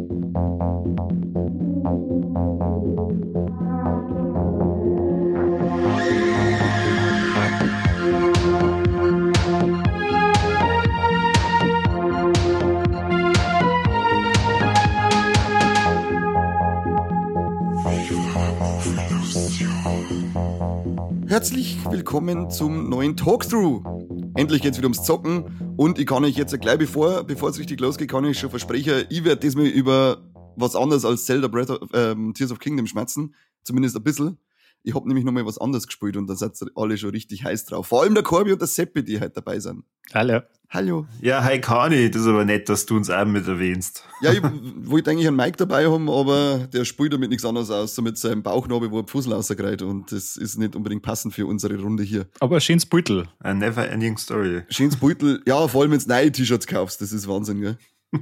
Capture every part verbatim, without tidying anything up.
Herzlich willkommen zum neuen Talkthrough. Endlich geht's wieder ums Zocken und ich kann euch jetzt gleich, bevor bevor es richtig losgeht, kann ich schon versprechen, ich werde diesmal über was anderes als Zelda Breath of, ähm, Tears of Kingdom schmerzen, zumindest ein bisschen. Ich hab nämlich nochmal was anderes gespielt und da seid ihr alle schon richtig heiß drauf. Vor allem der Corby und der Seppi, die heute dabei sind. Hallo. Hallo. Ja, hi Kani, das ist aber nett, dass du uns auch mit erwähnst. Ja, ich wollte eigentlich einen Mike dabei haben, aber der spielt damit nichts anderes aus, so mit seinem Bauchnabel, wo er Fussel rausgreift und das ist nicht unbedingt passend für unsere Runde hier. Aber ein schönes Beutel. A never ending story. Schönes Beutel, ja, vor allem wenn du neue T-Shirts kaufst, das ist Wahnsinn, gell?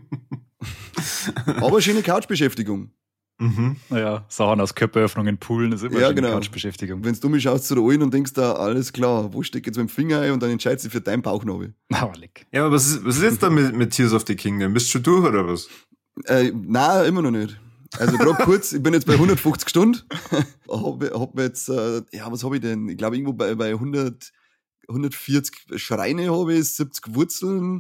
Aber schöne Couchbeschäftigung. Mhm. Naja, Sachen aus Körperöffnungen, Poolen, das ist immer Ja, eine genau. Couchbeschäftigung. Wenn du mich schaust zu der Alten und denkst da, alles klar, wo steckt jetzt mit dem Finger ein und dann entscheidest du dich für deinen Bauchnabel. Aber leck. Ja, aber was ist, was ist jetzt da mit, mit Tears of the Kingdom? Bist du schon durch oder was? Äh, nein, immer noch nicht. Also gerade kurz, ich bin jetzt bei hundertfünfzig Stunden. hab, hab jetzt, äh, ja, was habe ich denn? Ich glaube irgendwo bei, bei hundert, hundertvierzig Schreine habe ich, siebzig Wurzeln.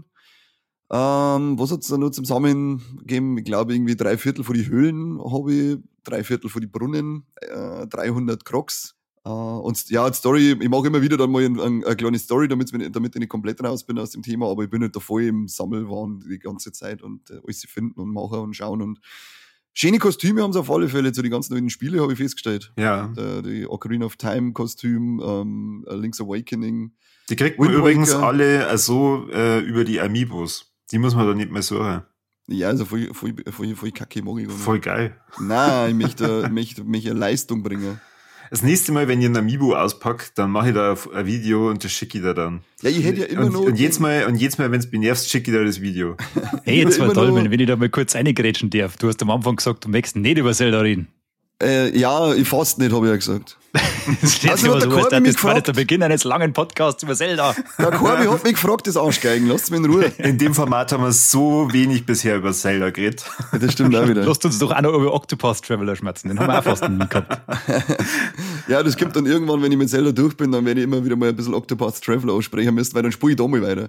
Ähm, was hat's da noch zum Zusammengegeben? Ich glaube irgendwie drei Viertel von die Höhlen habe ich, drei Viertel von die Brunnen, äh, dreihundert Crocs. Äh, und ja, die Story, ich mache immer wieder dann mal eine, eine kleine Story, damit, damit ich nicht komplett raus bin aus dem Thema, aber ich bin nicht da voll im Sammelwahn die ganze Zeit und äh, alles finden und machen und schauen und schöne Kostüme haben sie auf alle Fälle, zu den ganzen neuen Spiele habe ich festgestellt. Ja. Der, die Ocarina of Time Kostüm, ähm, Link's Awakening. Die kriegt man Wind übrigens Waker. alle also äh, über die Amiibos. Die muss man da nicht mehr suchen. Ja, also voll, voll, voll, voll kacke mag ich gar nicht. Voll geil. Nein, ich möchte, ich möchte, möchte eine Leistung bringen. Das nächste Mal, wenn ihr ein Amiibo auspackt, dann mache ich da ein Video und das schicke ich da dann. Ja, ich hätte ja immer und, noch... Und jedes Mal, und jedes Mal, wenn es mich nervt, schicke ich da das Video. Hey, jetzt war immer toll, noch- wenn, wenn ich da mal kurz reingrätschen darf. Du hast am Anfang gesagt, du möchtest nicht über Zelda reden. Äh, ja, ich fast nicht, habe ich ja gesagt. Das steht Also immer hat so, der was Corby das mich war gefragt. der Beginn eines langen Podcasts über Zelda. Der Corby hat mich gefragt, das Arschgeigen, lasst mich in Ruhe. In dem Format haben wir so wenig bisher über Zelda geredet. Das stimmt auch wieder. Lasst uns doch auch noch über Octopath Traveler schmerzen. Den haben wir auch fast nie gehabt. Ja, das kommt dann irgendwann, wenn ich mit Zelda durch bin, dann werde ich immer wieder mal ein bisschen Octopath Traveler aussprechen müssen, weil dann spiele ich da mal weiter.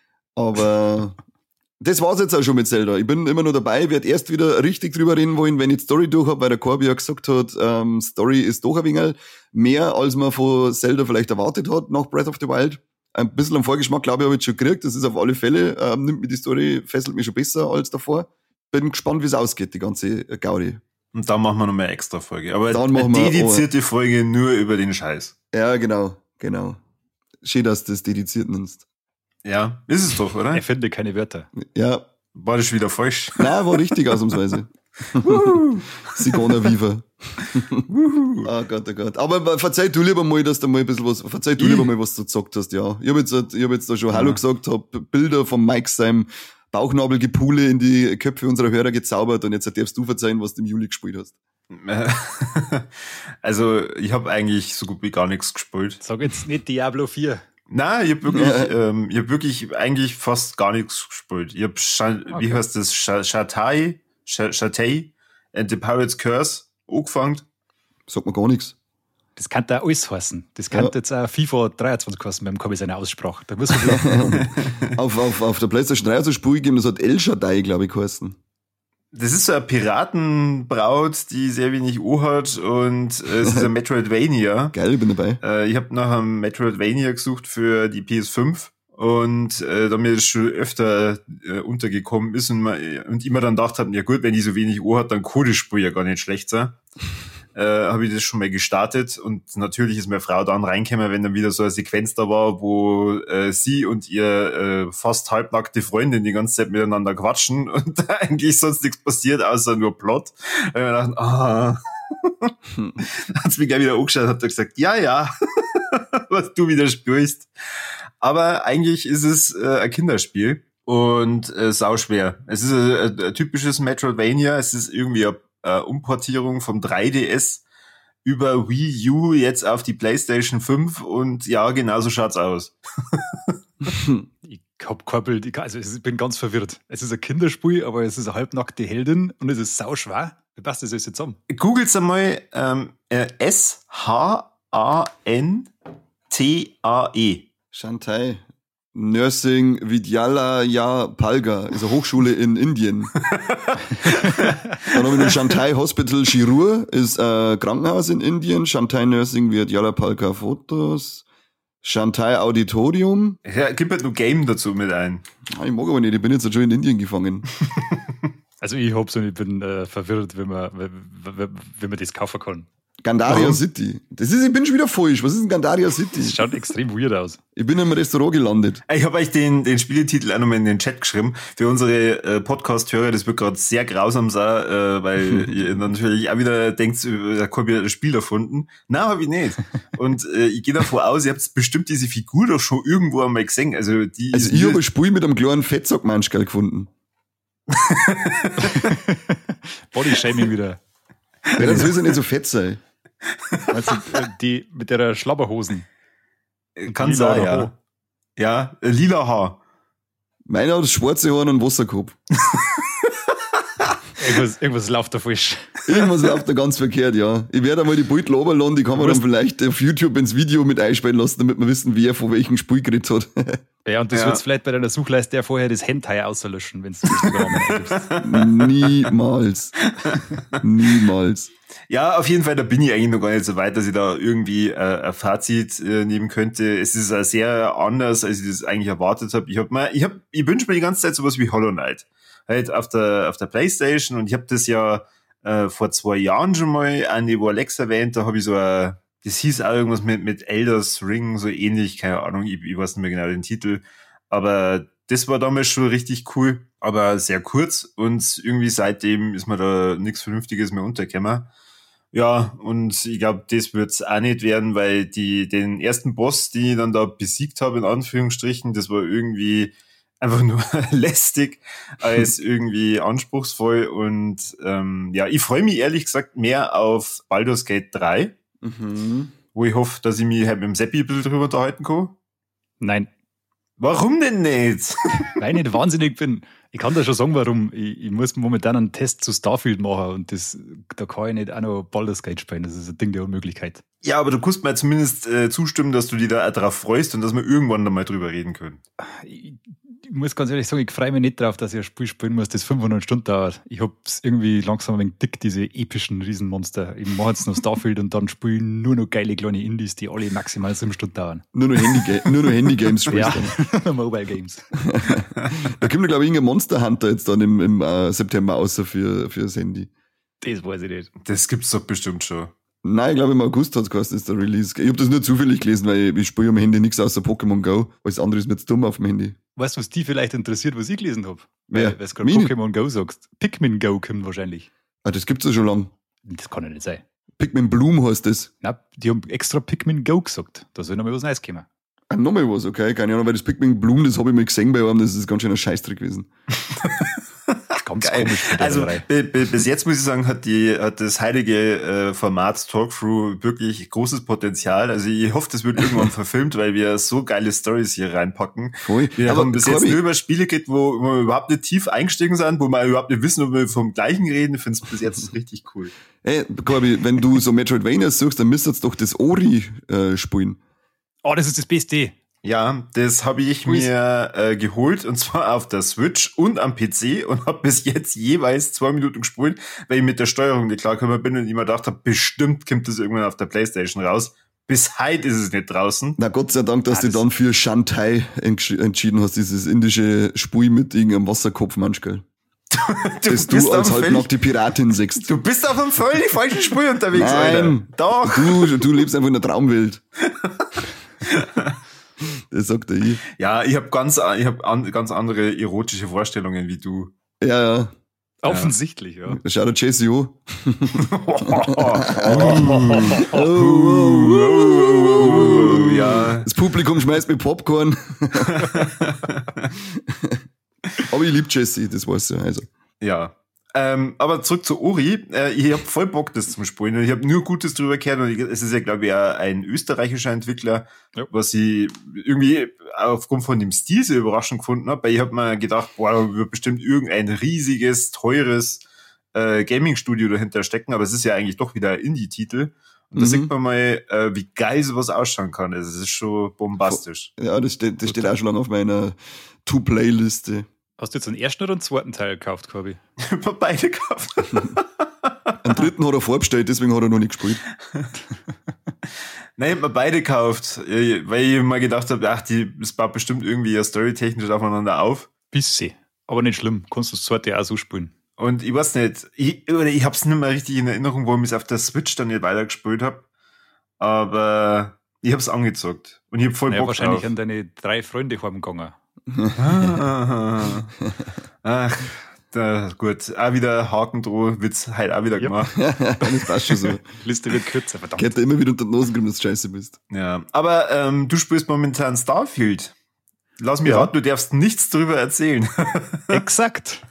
Aber das war's jetzt auch schon mit Zelda. Ich bin immer noch dabei, werde erst wieder richtig drüber reden wollen, wenn ich die Story durch habe, weil der Corby ja gesagt hat, ähm, Story ist doch ein wenig mehr, als man von Zelda vielleicht erwartet hat nach Breath of the Wild. Ein bisschen am Vorgeschmack, glaube ich, habe ich jetzt schon gekriegt. Das ist auf alle Fälle, ähm, nimmt mir die Story, fesselt mich schon besser als davor. Bin gespannt, wie es ausgeht, die ganze Gaudi. Und dann machen wir nochmal eine extra Folge. Aber Dann eine machen wir- dedizierte Folge nur über den Scheiß. Ja, genau, genau. Schön, dass du das dediziert nennst. Ja, ist es doch, oder? Er findet keine Wörter. Ja, War das schon wieder falsch? nein, war richtig ausnahmsweise. Sigona Viva. Oh Gott, oh Gott. Aber verzeih du lieber mal, dass du mal ein bisschen was, verzeih du Ich? lieber mal, was du gesagt hast, ja. Ich habe jetzt, ich hab jetzt da schon Hallo Ja. gesagt, hab Bilder von Mike seinem Bauchnabelgepule in die Köpfe unserer Hörer gezaubert und jetzt darfst du verzeihen, was du im Juli gespielt hast. Also, ich habe eigentlich so gut wie gar nichts gespielt. Sag jetzt nicht Diablo vier. Nein, ich habe wirklich, Ja. ähm, ich hab wirklich eigentlich fast gar nichts gespielt. Ich habe, Sha- Okay. wie heißt das, Sha- Shatei, Sha- Shatei and the Pirate's Curse angefangen. Sagt mir gar nichts. Das kann da alles heißen. Das kann Ja. jetzt auch FIFA dreiundzwanzig heißen, beim Corby seine Aussprache. Da muss man bleiben. auf, auf, auf der PlayStation drei hat es ein Spiel gegeben, das hat El Shaddai, glaube ich, geheißen. Das ist so eine Piratenbraut, die sehr wenig O hat und äh, es ist ein Metroidvania. Geil, ich bin dabei. Äh, ich habe nach einem Metroidvania gesucht für die P S fünf und äh, da mir das schon öfter äh, untergekommen ist und, man, und ich mir dann gedacht habe, ja gut, wenn die so wenig O hat, dann kann das Spiel ja gar nicht schlecht sein. Äh, habe ich das schon mal gestartet und natürlich ist meine Frau dann reingekommen, wenn dann wieder so eine Sequenz da war, wo äh, sie und ihr äh, fast halbnackte Freundin die ganze Zeit miteinander quatschen und eigentlich sonst nichts passiert, außer nur Plot. Und ich dachte, ah, hat sie mich gleich wieder angeschaut und hat gesagt, ja, ja, was du wieder spürst. Aber eigentlich ist es äh, ein Kinderspiel und äh, sauschwer. Es ist ein, ein typisches Metroidvania, es ist irgendwie eine äh, Umportierung vom drei D S über Wii U jetzt auf die PlayStation fünf und ja, genau so schaut's aus. Ich Ich hab kein Bild, ich, kann, also ich bin ganz verwirrt. Es ist ein Kinderspiel, aber es ist eine halbnackte Heldin und es ist sauschwer. Wie passt das jetzt zusammen? Googles einmal ähm, äh, S H A N T A E. Shantai. Nursing Vidyalaya Palga ist eine Hochschule in Indien. Dann haben wir noch Shantai Hospital Shirur, ist ein Krankenhaus in Indien. Shantai Nursing Vidyalaya Palga Fotos. Shantai Auditorium. Ja, gib halt nur Game dazu mit ein. Ah, ich mag aber nicht, ich bin jetzt schon in Indien gefangen. Also ich hab's und ich bin äh, verwirrt, wenn man, wenn, wenn man das kaufen kann. Gandaria Warum? City. Das ist, ich bin schon wieder falsch. Was ist denn Gandaria City? Das schaut extrem weird aus. Ich bin im Restaurant gelandet. Ich habe euch den, den Spieletitel auch nochmal in den Chat geschrieben. Für unsere äh, Podcast-Hörer, das wird gerade sehr grausam sein, äh, weil ihr natürlich auch wieder denkt, da kommt wieder ein Spiel erfunden. Nein, habe ich nicht. Und äh, ich gehe davon aus, ihr habt bestimmt diese Figur doch schon irgendwo einmal gesehen. Also, die Also ich habe ein Spiel mit einem kleinen Fettsackmanschkerl gefunden. Bodyshaming wieder. Ja, dann soll es ja nicht so fett sein. Also die mit der Schlabberhosen. Kann Lila sein, ja. Haar. Ja, äh, lila Haar. Meiner hat das schwarze Haar und einen Wasserkopf. Irgendwas, irgendwas läuft da falsch. Irgendwas läuft da ganz verkehrt, ja. Ich werde einmal die Bild runterladen, die kann man dann vielleicht auf YouTube ins Video mit einspielen lassen, damit wir wissen, wer von welchem Spiel geredet hat. Ja, und das Ja. wird's vielleicht bei deiner Suchleiste ja vorher das Hentai auslöschen, wenn du das Programm eingibst. Niemals. Niemals. Ja, auf jeden Fall, da bin ich eigentlich noch gar nicht so weit, dass ich da irgendwie äh, ein Fazit äh, nehmen könnte. Es ist äh, sehr anders, als ich das eigentlich erwartet habe. Ich hab mal, ich hab, ich wünsche mir die ganze Zeit sowas wie Hollow Knight. Halt auf der, auf der Playstation, und ich habe das ja äh, vor zwei Jahren schon mal an die Alex erwähnt, da habe ich so ein, das hieß auch irgendwas mit, mit Elder's Ring, so ähnlich, keine Ahnung, ich, ich weiß nicht mehr genau den Titel, aber das war damals schon richtig cool, aber sehr kurz, und irgendwie seitdem ist mir da nichts Vernünftiges mehr untergekommen. Ja, und ich glaube, das wird's auch nicht werden, weil die den ersten Boss, den ich dann da besiegt habe, in Anführungsstrichen, das war irgendwie einfach nur lästig als irgendwie anspruchsvoll, und ähm, ja, ich freue mich ehrlich gesagt mehr auf Baldur's Gate drei, Mhm. wo ich hoffe, dass ich mich halt mit dem Seppi ein bisschen drüber unterhalten kann. Nein, Warum denn nicht? weil ich nicht wahnsinnig bin. Ich kann da schon sagen, warum. Ich, ich muss momentan einen Test zu Starfield machen und das, da kann ich nicht auch noch Baldur's Gate spielen. Das ist ein Ding der Unmöglichkeit. Ja, aber du kannst mir zumindest äh, zustimmen, dass du dich da auch drauf freust und dass wir irgendwann da mal drüber reden können. Ich, ich muss ganz ehrlich sagen, ich freue mich nicht drauf, dass ich ein Spiel spielen muss, das fünfhundert Stunden dauert. Ich hab's irgendwie langsam ein wenig dick, diese epischen Riesenmonster. Ich mache jetzt noch Starfield und dann spiele ich nur noch geile kleine Indies, die alle maximal sieben Stunden dauern. Nur noch Handy, nur noch Handy-Games spielst Ja, dann. Mobile Games. Da kommt, glaube ich, irgendein Monster Hunter jetzt dann im, im äh, September außer für, für das Handy. Das weiß ich nicht. Das gibt's doch bestimmt schon. Nein, ich glaube, im August hat es geheißen, ist der Release. Ich habe das nur zufällig gelesen, weil ich, ich spiele am Handy nichts außer Pokémon Go. Alles andere ist mir zu dumm auf dem Handy. Weißt du, was die vielleicht interessiert, was ich gelesen habe? Wer? Weil du gerade Mich? Pokémon Go sagst. Pikmin Go kommt wahrscheinlich. Ah, das gibt's ja schon lang. Das kann ja nicht sein. Pikmin Bloom heißt das. Na, die haben extra Pikmin Go gesagt. Da soll noch mal was Neues kommen. Ah, nochmal was, okay, keine Ahnung, weil das Pikmin Bloom, das habe ich mal gesehen bei einem, das ist ganz schön ein Scheißdreck gewesen. Ganz Geil. komisch. bei der Also Reihe. b- b- bis jetzt muss ich sagen, hat die hat das heilige äh, Format Talkthrough wirklich großes Potenzial. Also ich hoffe, das wird irgendwann verfilmt, weil wir so geile Stories hier reinpacken. Voll. Wir Aber haben bis jetzt Corby, nur über Spiele geht, wo, wo wir überhaupt nicht tief eingestiegen sind, wo wir überhaupt nicht wissen, ob wir vom gleichen reden. Ich finde es bis jetzt richtig cool. ey, Corby, wenn du so Metroidvania suchst, dann müsstest du doch das Ori äh, spielen. Oh, das ist das Beste. Ja, das habe ich Ui. mir äh, geholt, und zwar auf der Switch und am P C, und habe bis jetzt jeweils zwei Minuten gespielt, weil ich mit der Steuerung nicht klargekommen bin und ich mir gedacht habe, bestimmt kommt das irgendwann auf der Playstation raus. Bis heute ist es nicht draußen. Na Gott sei Dank, dass Ah, du das- dann für Shantai entsch- entschieden hast, dieses indische Spiel mit irgendeinem Wasserkopf, Manschkel. Du Das du als auf einem halbnackte Piratin siehst. völlig, du bist auf einem völlig falschen Spiel unterwegs, Nein. Alter. Doch. Du, du lebst einfach in der Traumwelt. Das sagt er ich. Ja, ich habe ganz, ich hab an, ganz andere erotische Vorstellungen wie du. Ja, ja. Offensichtlich, ja. Schau dir Jesse an. Oh, ja. Das Publikum schmeißt mit Popcorn. Aber ich liebe Jesse, das weißt du. Also. Ja. Ähm, aber zurück zu Ori. Äh, ich habe voll Bock, das zum Spielen. Ich habe nur Gutes drüber gehört und ich, es ist ja, glaube ich, auch ein österreichischer Entwickler, ja. was ich irgendwie aufgrund von dem Stil sehr überraschend gefunden habe, weil ich habe mir gedacht, boah, da wird bestimmt irgendein riesiges, teures äh, Gaming-Studio dahinter stecken, aber es ist ja eigentlich doch wieder ein Indie-Titel. Und mhm. da sieht man mal, äh, wie geil sowas ausschauen kann. Also, es ist schon bombastisch. Ja, das steht, das steht auch schon lange auf meiner To-Play-Liste. Hast du jetzt den ersten oder den zweiten Teil gekauft, Corby? Ich hab beide gekauft. Einen dritten hat er vorbestellt, deswegen hat er noch nicht gespielt. Nein, ich hab mir beide gekauft, weil ich mir gedacht habe, ach, die, das baut bestimmt irgendwie ja storytechnisch aufeinander auf. Bisschen, aber nicht schlimm. Kannst du das zweite auch so spielen. Und ich weiß nicht, ich, oder ich hab's nicht mehr richtig in Erinnerung, warum ich es auf der Switch dann nicht weitergespielt habe. Aber ich hab's angezockt. Und ich hab voll naja, Bock wahrscheinlich drauf. an deine drei Freunde heimgegangen. ah, ach, da, gut. Auch wieder Haken droh, wird's halt auch wieder gemacht. Das passt schon so. Liste wird kürzer, verdammt. Geht da immer wieder unter den Nosen, dass du scheiße bist. Ja, aber ähm, du spielst momentan Starfield. Lass mich ja. raten, du darfst nichts drüber erzählen. Exakt.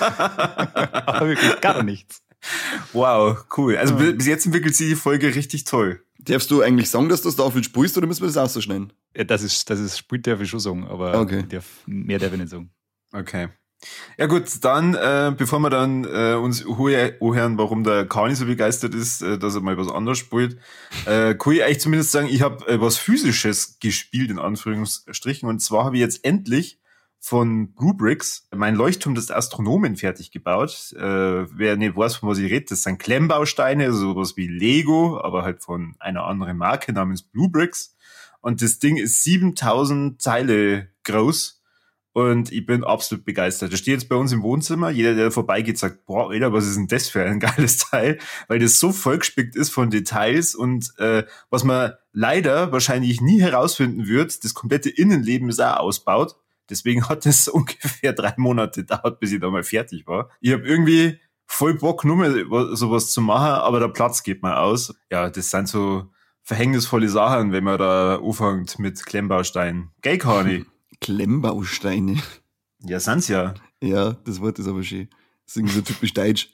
Aber wirklich gar nichts. Wow, cool. Also ja. bis jetzt entwickelt sich die Folge richtig toll. Darfst du eigentlich sagen, dass du Starfield spielst, oder müssen wir das auch so schneiden? Ja, das ist, das ist, spielt darf ich schon sagen, aber okay. darf, mehr darf ich nicht sagen. Okay. Ja gut, dann, äh, bevor wir dann äh, uns anhören, warum der Kani so begeistert ist, äh, dass er mal was anderes spielt, äh, kann ich eigentlich zumindest sagen, ich habe äh, was Physisches gespielt, in Anführungsstrichen, und zwar habe ich jetzt endlich von Bluebricks mein Leuchtturm des Astronomen fertig gebaut. Äh, wer nicht weiß, von was ich rede, das sind Klemmbausteine, also sowas wie Lego, aber halt von einer anderen Marke namens Bluebricks. Und das Ding ist siebentausend Teile groß. Und ich bin absolut begeistert. Das steht jetzt bei uns im Wohnzimmer. Jeder, der vorbeigeht, sagt, boah, Alter, was ist denn das für ein geiles Teil? Weil das so vollgespickt ist von Details und äh, was man leider wahrscheinlich nie herausfinden wird, das komplette Innenleben ist auch ausbaut. Deswegen hat es ungefähr drei Monate gedauert, bis ich da mal fertig war. Ich habe irgendwie voll Bock, nur mal sowas zu machen, aber der Platz geht mal aus. Ja, das sind so verhängnisvolle Sachen, wenn man da anfängt mit Klemmbausteinen. Gell, Kani? Klemmbausteine. Ja, sind's ja. Ja, das Wort ist aber schön. Das ist irgendwie so typisch deutsch.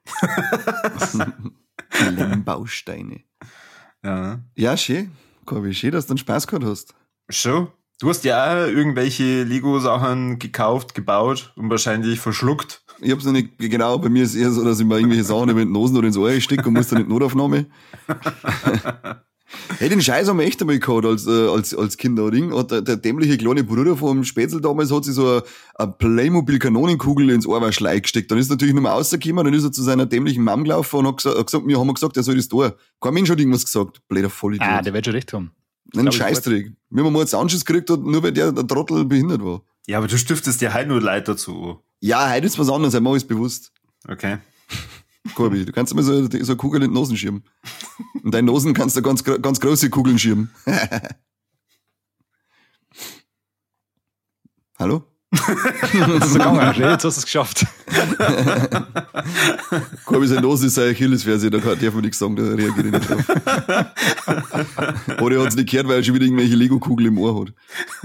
Klemmbausteine. Ja. Ja, schön. Corby, schön, dass du einen Spaß gehabt hast. Schon. Du hast ja auch irgendwelche Lego-Sachen gekauft, gebaut und wahrscheinlich verschluckt. Ich hab's noch nicht genau. Bei mir ist es eher so, dass ich mir irgendwelche Sachen über den Nosen oder ins Ohr stecke und muss dann nicht Notaufnahme. Hey, den Scheiß haben wir echt einmal gehabt als, äh, als, als Kinderding. Hat der, der dämliche kleine Bruder vom Spätzl damals hat sich so eine, eine Playmobil-Kanonenkugel ins Ohrwaschlei gesteckt. Dann ist er natürlich nicht mehr rausgekommen, dann ist er zu seiner dämlichen Mom gelaufen und hat gesagt, hat gesagt, wir haben gesagt, er soll das tun. Kein Mensch hat irgendwas gesagt. Blöder Vollidiot. Ah, der wird schon recht haben. Ein Scheißdreck. Wir haben mal einen Soundschuss gekriegt, nur weil der, der Trottel behindert war. Ja, aber du stiftest dir halt nur Leid dazu. Ja, heute ist was anderes, einmal ist bewusst. Okay. Corby, du kannst immer so, so eine Kugel in den Nosen schirmen. Und deine Nosen kannst du ganz, ganz große Kugeln schirmen. Hallo? Das ist gegangen, jetzt hast du es geschafft. Corby, seine Nose ist seine Achillesferse, da darf man nichts sagen, da reagiert er nicht drauf. Oder er hat es nicht gehört, weil er schon wieder irgendwelche Lego-Kugeln im Ohr hat.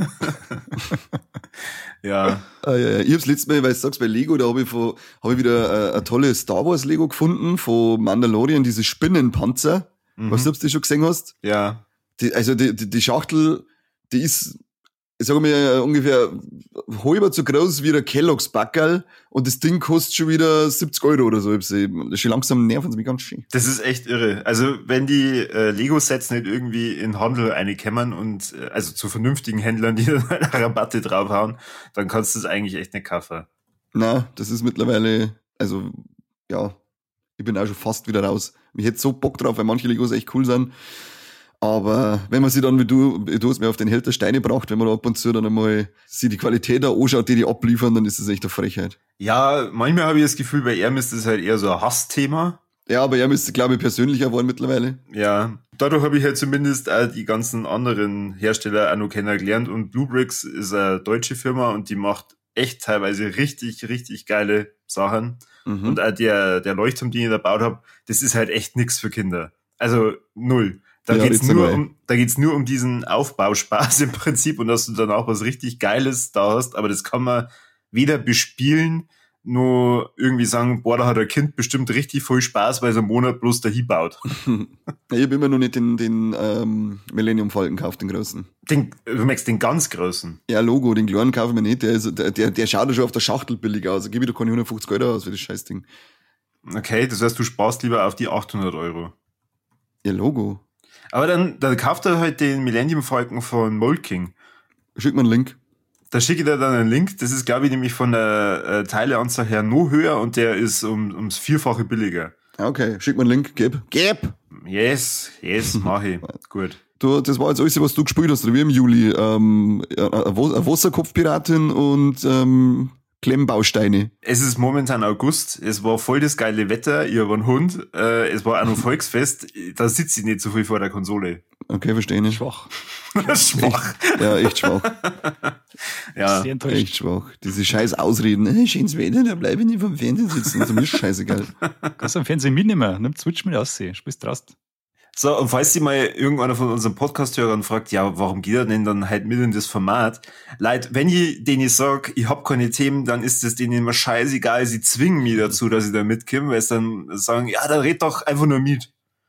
Ja. Ah, ja, ja. Ich hab's letztes Mal, weil du sagst, bei Lego, da habe ich, von, hab ich wieder äh, ein tolles Star Wars Lego gefunden, von Mandalorian, diese Spinnenpanzer. Mhm. Weißt du, ob du das schon gesehen hast? Ja. Die, also die, die, die Schachtel, die ist, ich sag mal, ungefähr halber so groß wie der Kellogg's Backerl und das Ding kostet schon wieder siebzig Euro oder so. Das ist schon langsam nerven sie mich ganz schön. Das ist echt irre. Also wenn die äh, Lego-Sets nicht irgendwie in Handel reinkämmern und äh, also zu vernünftigen Händlern, die dann Rabatte draufhauen, dann kannst du es eigentlich echt nicht kaufen. Na, das ist mittlerweile, also ja, ich bin auch schon fast wieder raus. Ich hätte so Bock drauf, weil manche Legos echt cool sind. Aber wenn man sich dann, wie du, du hast mir auf den Held der Steine gebracht, wenn man da ab und zu dann einmal sich die Qualität da anschaut, die die abliefern, dann ist das echt eine Frechheit. Ja, manchmal habe ich das Gefühl, bei ihm ist das halt eher so ein Hassthema. Ja, aber er müsste, glaube ich, persönlicher geworden mittlerweile. Ja, dadurch habe ich halt zumindest auch die ganzen anderen Hersteller auch noch kennengelernt und Bluebricks ist eine deutsche Firma und die macht echt teilweise richtig, richtig geile Sachen. Mhm. Und auch der, der Leuchtturm, den ich da gebaut habe, das ist halt echt nix für Kinder. Also null. Da ja, geht's nur um, da geht's nur um diesen Aufbauspaß im Prinzip und dass du dann auch was richtig Geiles da hast, aber das kann man weder bespielen, nur irgendwie sagen, boah, da hat ein Kind bestimmt richtig viel Spaß, weil es einen Monat bloß dahin baut. Ich habe immer noch nicht den, den ähm, Millennium Falcon gekauft, den großen. Den, du merkst den ganz großen. Ja, Logo, den kleinen kaufe ich mir nicht. Der, ist, der, der, der schaut ja schon auf der Schachtel billig aus. Da gebe ich doch keine hundertfünfzig Euro aus für das Scheißding. Okay, das heißt, du sparst lieber auf die achthundert Euro. Ja, Logo. Aber dann, dann kauft er halt den Millennium Falcon von Mold King. Schick mir einen Link. Da schicke ich dir dann einen Link. Das ist, glaube ich, nämlich von der äh, Teileanzahl her nur höher und der ist um, ums Vierfache billiger. Okay, schick mir einen Link. Gib. Gib! Yes, yes, mach ich. Gut. Du, das war jetzt alles, was du gespielt hast, oder wie im Juli. Ähm, eine Wasserkopfpiratin und ähm, Klemmbausteine. Es ist momentan August, es war voll das geile Wetter, ich habe einen Hund, äh, es war auch noch Volksfest, da sitze ich nicht so viel vor der Konsole. Okay, verstehe ich. Schwach. Schwach. Echt, ja, echt schwach. Ja, Sehr enttäuscht. Echt schwach. Diese scheiß Ausreden. Hey, schönes Wetter, da bleibe ich nicht vom Fernsehen sitzen. Also mir ist scheißegal. Kannst du am Fernsehen mitnehmen, nimm Switch mit aussehen, spielst draust. so, und falls sich mal irgendeiner von unseren Podcast-Hörern fragt, ja, warum geht er denn dann halt mit in das Format? Leute, wenn ich denen sag, ich hab keine Themen, dann ist es denen immer scheißegal, sie zwingen mich dazu, dass ich da mitkomme, weil sie dann sagen, ja, dann red doch einfach nur mit.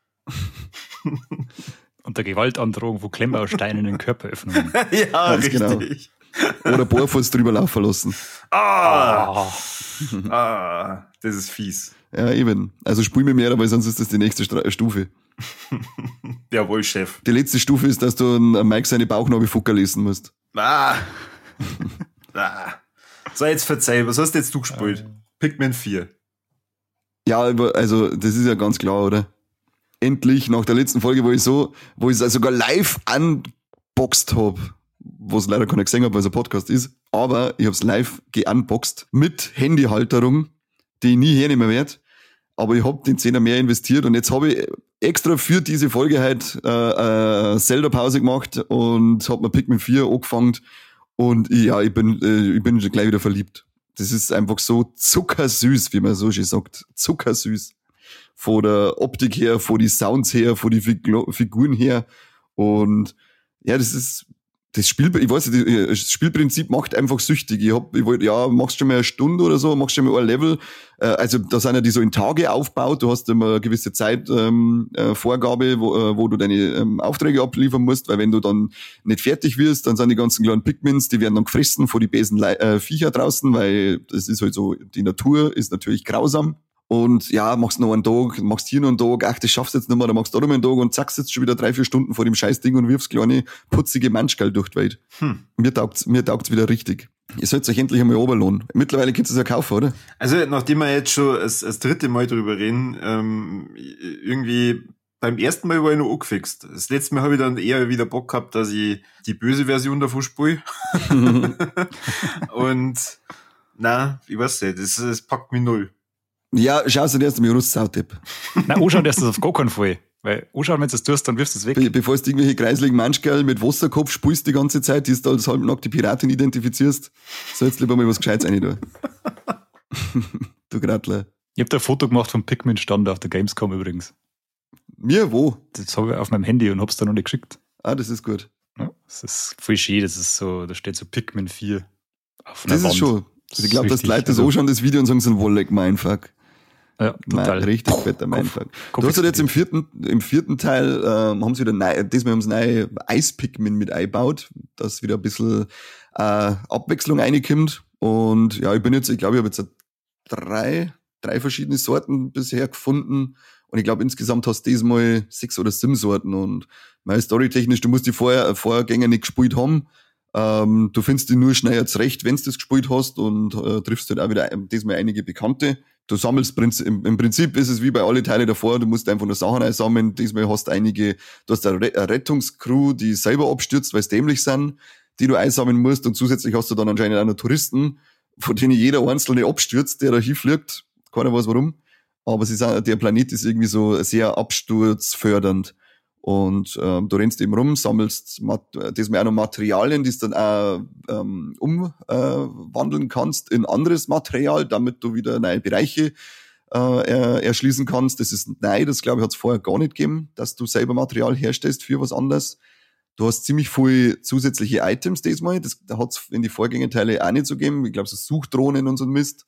Unter Gewaltandrohung von Klemmbausteinen in den Körperöffnungen. Ja, Ganz genau. richtig. Oder Bohrfuß drüber laufen lassen. Ah, Ah. ah, das ist fies. Ja, eben. Also spiel mir mehr, weil sonst ist das die nächste Stra- Stufe. Jawohl, Chef. Die letzte Stufe ist, dass du einen Mike seine Bauchnabel Fucker lesen musst. Ah. ah. So, jetzt verzeih, was hast jetzt du gespielt? Pikmin vier. Ja, aber also das ist ja ganz klar, oder? Endlich, nach der letzten Folge, wo ich so, wo ich es sogar live unboxed hab, was leider keiner gesehen hat, weil es ein Podcast ist, aber ich hab's live geunboxed mit Handyhalterung, die ich nie hernehmen werde, aber ich hab den Zehner mehr investiert und jetzt habe ich extra für diese Folge halt äh, äh, Zelda-Pause gemacht und hab mir Pikmin vier angefangen und ja, ich bin, äh, ich bin gleich wieder verliebt. Das ist einfach so zuckersüß, wie man so schön sagt. Zuckersüß. Von der Optik her, von die Sounds her, von die Fig- Figuren her. Und ja, das ist das Spiel, ich weiß nicht, das Spielprinzip macht einfach süchtig. Ich hab, ich wollte, ja, machst schon mal eine Stunde oder so, machst schon mal ein Level. Äh, also da sind ja die so in Tage aufgebaut. Du hast immer eine gewisse Zeit ähm, äh, Vorgabe, wo, äh, wo du deine ähm, Aufträge abliefern musst, weil wenn du dann nicht fertig wirst, dann sind die ganzen kleinen Pikmins, die werden dann gefressen von die bösen Le- äh, Viecher draußen, weil das ist halt so, die Natur ist natürlich grausam. Und ja, machst noch einen Tag, machst hier noch einen Tag, ach, das schaffst du jetzt nicht mehr, dann machst du da noch mal einen Tag und zack, sitzt schon wieder drei, vier Stunden vor dem Scheißding und wirfst kleine, putzige Manschkerl durch die Welt. Hm. Mir taugt's, mir taugt's wieder richtig. Ihr sollt euch endlich einmal runterlohnen. Mittlerweile könnt ihr es ja kaufen, oder? Also, nachdem wir jetzt schon das, das dritte Mal drüber reden, ähm, irgendwie beim ersten Mal war ich noch angefixt. Das letzte Mal habe ich dann eher wieder Bock gehabt, dass ich die böse Version davon spiele. Und na, ich weiß nicht, das, das packt mich null. Ja, schau dir erst mal Russ Sautipp. Nein, anschauen darfst du das auf gar keinen Fall. Weil anschauen, wenn du das tust, dann wirfst du es weg. Be- bevor du irgendwelche kreisligen Manschkerl mit Wasserkopf spielst die ganze Zeit, die du als halbnackte Piratin identifizierst, sollst du lieber mal was Gescheites rein tun. Du Gratler. Ich hab da ein Foto gemacht vom Pikmin-Stand auf der Gamescom übrigens. Mir, wo? Das habe ich auf meinem Handy und hab's dann noch nicht geschickt. Ah, das ist gut. Ja, das ist voll schön, das ist so, da steht so Pikmin vier auf einer Das Wand. ist schon. Also ich glaube, dass die richtig, Leute das also- anschauen, das Video, und sagen so, Wolleck, mein Fuck. Ja, total. Mein, richtig fetter Mindfuck. Kopf Du hast halt jetzt im explodiert. vierten, im vierten Teil, ähm, haben sie wieder neu, diesmal haben sie neue Eispigment mit eingebaut, dass wieder ein bisschen äh, Abwechslung reinkommt. Und ja, ich bin jetzt, ich glaube, ich habe jetzt drei, drei verschiedene Sorten bisher gefunden. Und ich glaube, insgesamt hast du diesmal sechs oder sieben Sorten. Und meine storytechnisch, du musst die Vorher, Vorgänger nicht gespielt haben. Ähm, du findest die nur schneller zurecht, wenn du das gespielt hast, und äh, triffst halt auch wieder ein- diesmal einige Bekannte. Du sammelst, Prinz- im, im Prinzip ist es wie bei alle Teile davor, du musst einfach nur Sachen einsammeln. Diesmal hast du einige, du hast eine, Re- eine Rettungscrew, die selber abstürzt, weil sie dämlich sind, die du einsammeln musst, und zusätzlich hast du dann anscheinend auch noch Touristen, von denen jeder einzelne abstürzt, der da hinfliegt. Keiner weiß warum. Aber sie sagen, der Planet ist irgendwie so sehr absturzfördernd. Und ähm, du rennst eben rum, sammelst Mat- diesmal auch noch Materialien, die du dann auch ähm, umwandeln äh, kannst in anderes Material, damit du wieder neue Bereiche äh, er, erschließen kannst. Das ist neu, das glaube ich hat es vorher gar nicht gegeben, dass du selber Material herstellst für was anderes. Du hast ziemlich viele zusätzliche Items diesmal, das hat es in die Vorgängerteile auch nicht so gegeben. Ich glaube, so Suchdrohnen und so ein Mist.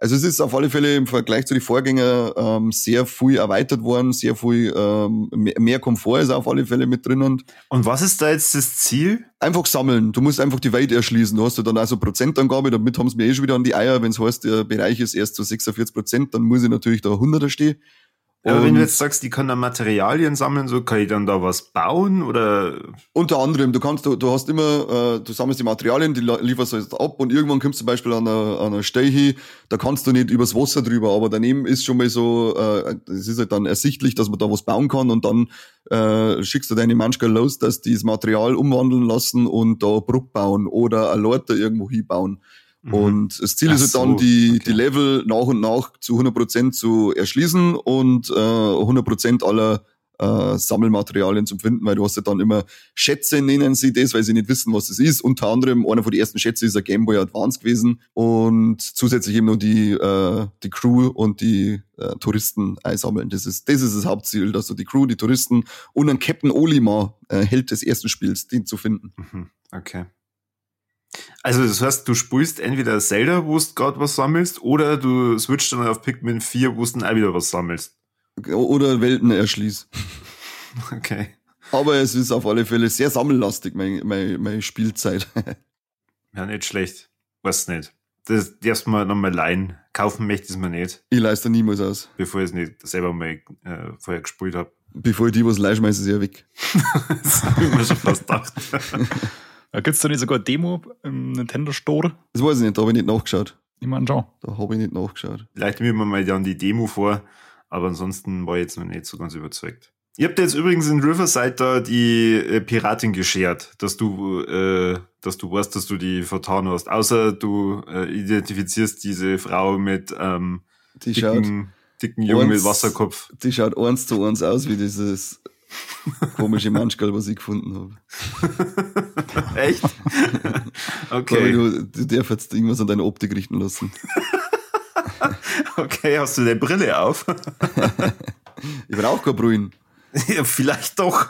Also es ist auf alle Fälle im Vergleich zu den Vorgängern ähm, sehr viel erweitert worden, sehr viel ähm, mehr Komfort ist auf alle Fälle mit drin. Und, und was ist da jetzt das Ziel? Einfach sammeln. Du musst einfach die Welt erschließen. Du hast ja dann also Prozentangabe, damit haben sie mir eh schon wieder an die Eier. Wenn es heißt, der Bereich ist erst zu sechsundvierzig Prozent, dann muss ich natürlich da hunderter stehen. Aber und wenn du jetzt sagst, die kann da Materialien sammeln, so kann ich dann da was bauen oder? Unter anderem, du kannst, du, du hast immer, äh, du sammelst die Materialien, die lieferst du jetzt ab und irgendwann kommst du zum Beispiel an einer, an einer Stelle hin, da kannst du nicht übers Wasser drüber, aber daneben ist schon mal so, äh, es ist halt dann ersichtlich, dass man da was bauen kann und dann äh, schickst du deine Manschka los, dass die das Material umwandeln lassen und da Bruck bauen oder eine Leiter irgendwo hinbauen. Mhm. Und das Ziel Ach ist halt dann, so, die, okay. die Level nach und nach zu hundert Prozent zu erschließen und äh, hundert Prozent aller äh, Sammelmaterialien zu finden, weil du hast ja dann immer Schätze, nennen sie das, weil sie nicht wissen, was das ist. Unter anderem, einer von den ersten Schätze ist ein Game Boy Advance gewesen und zusätzlich eben noch die, äh, die Crew und die äh, Touristen einsammeln. Das ist, das ist das Hauptziel, dass du die Crew, die Touristen und einen Captain Olimar, äh, Held des ersten Spiels, den zu finden. Mhm, okay. Also das heißt, du spielst entweder Zelda, wo du gerade was sammelst, oder du switchst dann auf Pikmin vier, wo du dann auch wieder was sammelst. Oder Welten erschließt. Okay. Aber es ist auf alle Fälle sehr sammellastig, meine, meine, meine Spielzeit. Ja, nicht schlecht. Weiß nicht. Das darfst du mir nochmal leihen. Kaufen möchte ich es mir nicht, Ich leiste niemals aus. bevor ich es nicht selber mal äh, vorher gespielt habe. Bevor ich die was leih, schmeiße ich sie ja weg. Das habe ich mir schon fast gedacht. Gibt es da nicht sogar eine Demo im Nintendo Store? Das weiß ich nicht, da habe ich nicht nachgeschaut. Ich meine schon. Da habe ich nicht nachgeschaut. Vielleicht mir mal dann die Demo vor, aber ansonsten war ich jetzt noch nicht so ganz überzeugt. Ihr habt jetzt übrigens in Riverside da die äh, Piratin geschert, dass du, äh, dass du weißt, dass du die vertan hast. Außer du äh, identifizierst diese Frau mit ähm, Die schaut, dicken, dicken Jungen mit eins- Wasserkopf. die schaut eins zu eins aus wie dieses komische Manschgal, was ich gefunden habe. Echt? Aber Okay. du, du darfst jetzt irgendwas an deine Optik richten lassen. Okay, hast du deine Brille auf? Ich brauche keine Brühen. Ja, vielleicht doch.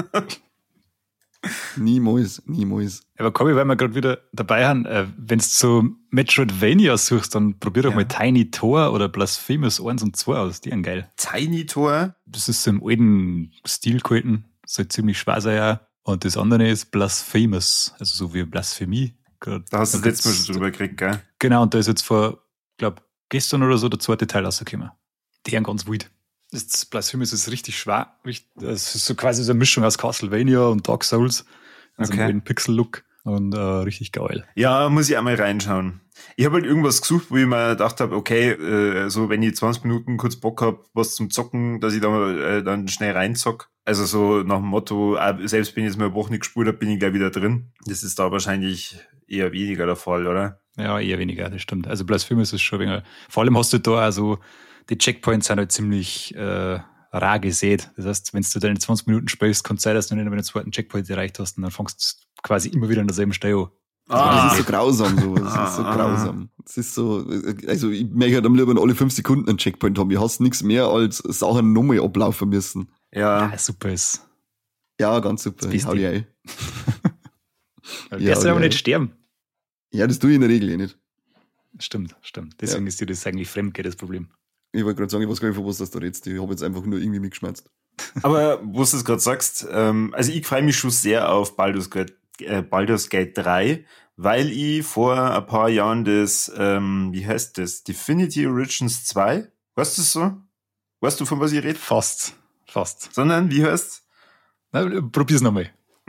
Niemals, niemals. Aber Kobi, weil wir gerade wieder dabei haben, äh, wenn du so Metroidvania suchst, dann probier doch Ja. mal Tiny Tor oder Blasphemous eins und zwei aus. Die sind geil. Tiny Tor. Das ist so im alten Stil gehalten. Soll ziemlich schwer sein, ja. Und das andere ist Blasphemous, also so wie Blasphemie. Grad- Da hast du das letzte Mal gibt's- schon drüber gekriegt, gell? Genau, und da ist jetzt vor, glaube gestern oder so der zweite Teil rausgekommen. Der ist ganz wild. Das Blasphemous ist richtig schwer. Richt- Das ist so quasi so eine Mischung aus Castlevania und Dark Souls. Also Okay. einen Pixel-Look und äh, richtig geil. Ja, muss ich einmal reinschauen. Ich habe halt irgendwas gesucht, wo ich mir gedacht habe, okay, äh, so wenn ich zwanzig Minuten kurz Bock habe, was zum Zocken, dass ich da äh, dann schnell reinzock. Also so nach dem Motto, äh, selbst wenn ich jetzt mal eine Woche nicht gespielt habe, bin ich gleich wieder drin. Das ist da wahrscheinlich eher weniger der Fall, oder? Ja, eher weniger, das stimmt. Also Blasphemous ist schon weniger. Vor allem hast du da also, die Checkpoints sind halt ziemlich äh, rar gesät. Das heißt, wenn du deine zwanzig Minuten spielst, kann es sein, dass du nicht mehr den zweiten Checkpoint erreicht hast und dann fängst du quasi immer wieder an derselben Stelle an. Das ist so grausam, sowas. Das ist so Ah. grausam. Das ist so, also ich möchte halt am liebsten alle fünf Sekunden einen Checkpoint haben. Ich hasse nichts mehr, als Sachen nochmal ablaufen müssen. Ja, Ja, super ist. Ja, ganz super. Das bist Hau die du. ein. Du Ja, darfst ja, aber geil. nicht sterben. Ja, das tue ich in der Regel eh nicht. Stimmt, stimmt. Deswegen Ja. ist dir das eigentlich fremd, gell, das Problem. Ich wollte gerade sagen, ich weiß gar nicht, von was das da redest. Ich habe jetzt einfach nur irgendwie mitgeschmerzt. aber wo du es gerade sagst, ähm, also ich freue mich schon sehr auf Baldur's Gate, äh, Baldur's Gate drei, weil ich vor ein paar Jahren das, ähm, wie heißt das, Divinity Origins zwei, weißt du das so? Weißt du, von was ich rede? Fast. Fast. Sondern, wie heißt Na, probier's nochmal.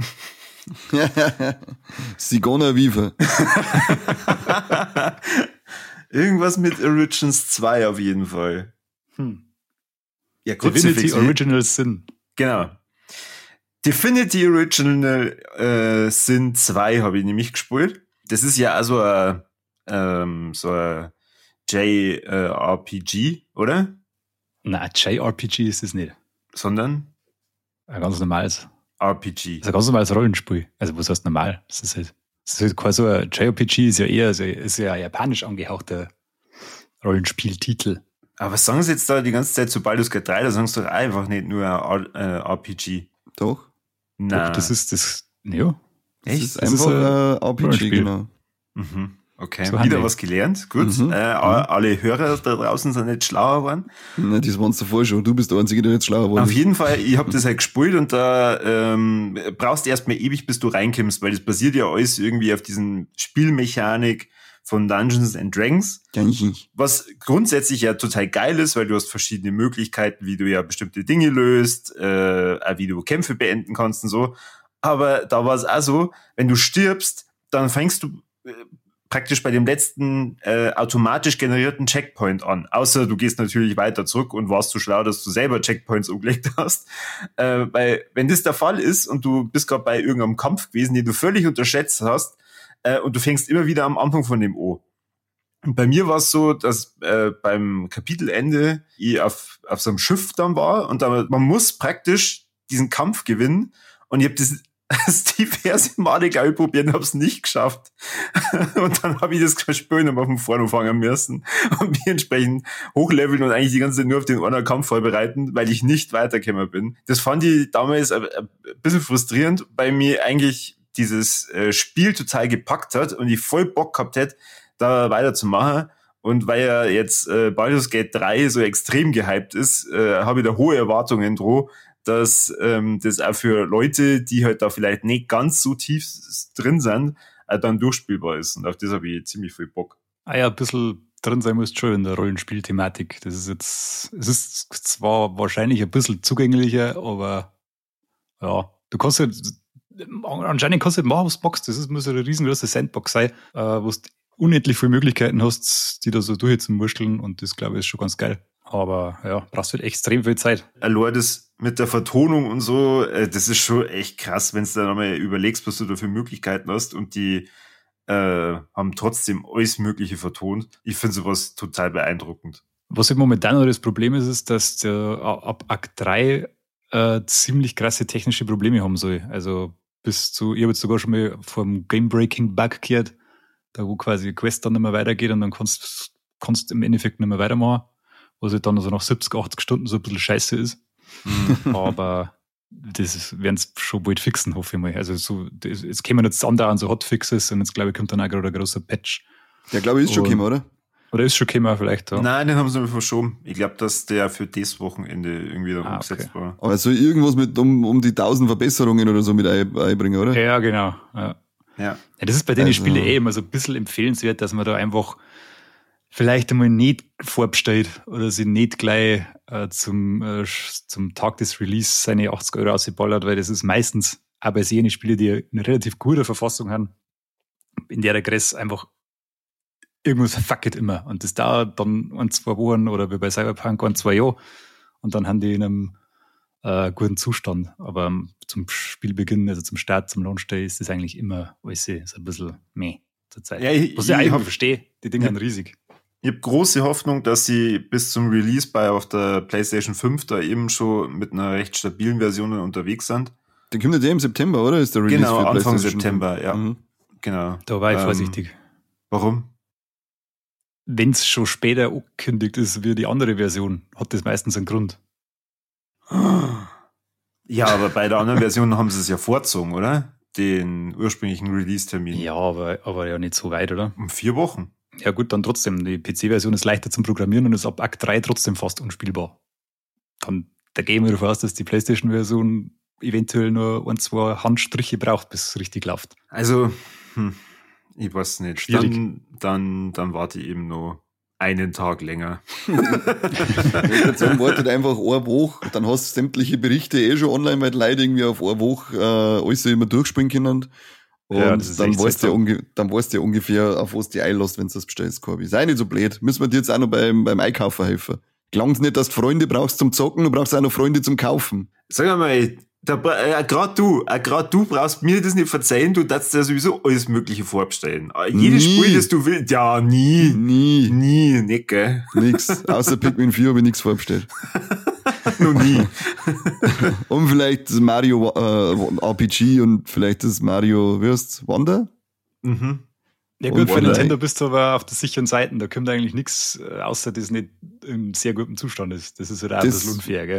Sigona Viva. Irgendwas mit Origins zwei auf jeden Fall. Hm. Ja, Divinity Kruzifix, wie- Original Sin. Genau. Divinity Original äh, Sin zwei habe ich nämlich gespielt. Das ist ja also ein, ähm, so ein J R P G, oder? Na, J R P G ist es nicht. Sondern Ein ganz normales. R P G. Das ist ein ganz normales Rollenspiel. Also, was heißt normal? Das ist halt, das ist halt quasi so ein J R P G ist ja eher, also ist ja ein japanisch angehauchter Rollenspieltitel. Aber was sagen sie jetzt da die ganze Zeit zu Baldur's Gate drei? Da sagen sie doch einfach nicht nur ein R- äh, R P G. Doch. Nein. Doch, das ist das, ja. Das Echt? ist Das ist einfach ein ein R P G, Rollenspiel. genau. Mhm. Okay, So wieder handy. was gelernt. Gut. Mhm. Äh, alle Hörer da draußen sind nicht schlauer geworden. Na, das waren davor schon. Du bist der Einzige, der jetzt schlauer war. Auf jeden Fall, ich habe das halt gespielt und da ähm, brauchst du erstmal ewig, bis du reinkommst, weil das basiert ja alles irgendwie auf diesen Spielmechanik von Dungeons and Dragons. Was grundsätzlich ja total geil ist, weil du hast verschiedene Möglichkeiten, wie du ja bestimmte Dinge löst, äh, auch wie du Kämpfe beenden kannst und so. Aber da war es auch so, wenn du stirbst, dann fängst du äh, praktisch bei dem letzten äh, automatisch generierten Checkpoint an. Außer du gehst natürlich weiter zurück und warst so schlau, dass du selber Checkpoints umgelegt hast. Äh, weil wenn das der Fall ist und du bist gerade bei irgendeinem Kampf gewesen, den du völlig unterschätzt hast, äh, und du fängst immer wieder am Anfang von dem O. Und bei mir war es so, dass äh, beim Kapitelende ich auf, auf so einem Schiff dann war und da, man muss praktisch diesen Kampf gewinnen und ich habe das das diverse Male, glaube ich, probiert und habe es nicht geschafft. Und dann habe ich das gespielt und auf dem Vorno fangen müssen und mich entsprechend hochleveln und eigentlich die ganze Zeit nur auf den einen Kampf vorbereiten, weil ich nicht weitergekommen bin. Das fand ich damals ein, ein bisschen frustrierend, weil mir eigentlich dieses äh, Spiel total gepackt hat und ich voll Bock gehabt hätte, da weiterzumachen. Und weil ja jetzt äh, Baldur's Gate drei so extrem gehypt ist, äh, habe ich da hohe Erwartungen drauf, dass ähm, das auch für Leute, die halt da vielleicht nicht ganz so tief drin sind, äh, dann durchspielbar ist. Und auf das habe ich ziemlich viel Bock. Ah ja, ein bisschen drin sein musst schon in der Rollenspielthematik. Das ist jetzt, es ist zwar wahrscheinlich ein bisschen zugänglicher, aber ja, du kannst halt, anscheinend kannst du halt machen, was du magst. Das ist, muss eine riesengroße Sandbox sein, äh, wo du unendlich viele Möglichkeiten hast, die da so durchzumurschteln und das, glaube ich, ist schon ganz geil. Aber ja, brauchst halt extrem viel Zeit. Allein das mit der Vertonung und so, äh, das ist schon echt krass, wenn du da nochmal überlegst, was du da für Möglichkeiten hast und die äh, haben trotzdem alles Mögliche vertont. Ich finde sowas total beeindruckend. Was halt momentan noch das Problem ist, ist, dass der ab Akt drei äh, ziemlich krasse technische Probleme haben soll. Also bis zu, ich habe jetzt sogar schon mal vom Game-Breaking-Bug gehört, da wo quasi die Quest dann nicht mehr weitergeht und dann kannst kannst im Endeffekt nicht mehr weitermachen, was halt dann also nach siebzig, achtzig Stunden so ein bisschen scheiße ist. Aber das werden sie schon bald fixen, hoffe ich mal. Also so, das, jetzt kämen jetzt andauernd so Hotfixes und jetzt glaube ich kommt dann auch gerade ein großer Patch. Der glaube ich ist schon Und- gekommen, oder? Oder ist schon gekommen vielleicht, ja. Nein, den haben sie mir verschoben. Ich glaube, dass der für das Wochenende irgendwie dann Ah, umgesetzt okay. war. Aber soll irgendwas mit um, um die tausend Verbesserungen oder so mit ein- einbringen, oder? Ja, genau. Ja. Ja. Ja, das ist bei den Also- Spielen eh immer so ein bisschen empfehlenswert, dass man da einfach vielleicht einmal nicht vorbestellt oder sich nicht gleich äh, zum, äh, zum Tag des Release seine achtzig Euro ausgeballert, weil das ist meistens auch bei jenen Spielen, die eine relativ gute Verfassung haben, in der Regress einfach irgendwas fucket immer. Und das dauert dann ein, zwei Wochen oder wie bei Cyberpunk ein, zwei Jahre und dann haben die in einem äh, guten Zustand. Aber zum Spielbeginn, also zum Start, zum Launch Day ist das eigentlich immer alles so ein bisschen meh zur Zeit. Ja, ich- Was ich, ich eigentlich hab- verstehe, die Dinge Ja. sind riesig. Ich habe große Hoffnung, dass sie bis zum Release bei auf der PlayStation fünf da eben schon mit einer recht stabilen Version unterwegs sind. Der kommt ja im September, oder? Ist der Release Genau, für Anfang PlayStation September, ja. Mhm. Genau. Da war ich Ähm, vorsichtig. Warum? Wenn es schon später angekündigt ist wie die andere Version, hat das meistens einen Grund. Ja, aber bei der anderen Version haben sie es ja vorgezogen, oder? Den ursprünglichen Release-Termin. Ja, aber, aber ja nicht so weit, oder? Um vier Wochen. Ja gut, dann trotzdem. Die P C-Version ist leichter zum Programmieren und ist ab Akt drei trotzdem fast unspielbar. Dann, da gehen wir davon aus, dass die PlayStation-Version eventuell nur ein, zwei Handstriche braucht, bis es richtig läuft. Also, hm, ich weiß nicht. Schwierig. Dann, dann, dann warte ich eben noch einen Tag länger. Ich würde sagen, wartet einfach eine Woche, dann hast du sämtliche Berichte eh schon online, weil die Leute irgendwie auf eine Woche äh, alles immer durchspringen können. Und Ja, das ist dann, echt weißt du ja seltsam. unge- dann weißt du ja ungefähr, auf was du einlässt, wenn du das bestellst, Corby. Sei nicht so blöd. Müssen wir dir jetzt auch noch beim, beim Einkaufen helfen. Klang's nicht, dass du Freunde brauchst zum Zocken, du brauchst auch noch Freunde zum Kaufen. Sag mal, da, äh, gerade du, äh, gerade du brauchst mir das nicht verzeihen, du darfst ja sowieso alles Mögliche vorbestellen. Äh, Jedes Nie. Spiel, das du willst, ja, nie. Nie. Nie, nicht, gell? Nix. Außer Pikmin vier habe ich nichts vorbestellt. Noch nie. Und vielleicht das Mario äh, R P G und vielleicht das Mario, wie heißt's, Wonder? Mhm. Ja Und gut, für Wonder- Nintendo bist du aber auf der sicheren Seite. Da kommt eigentlich nichts, äh, außer das nicht in sehr gutem Zustand ist. Das ist halt auch ein Das- bisschen unfair, gell?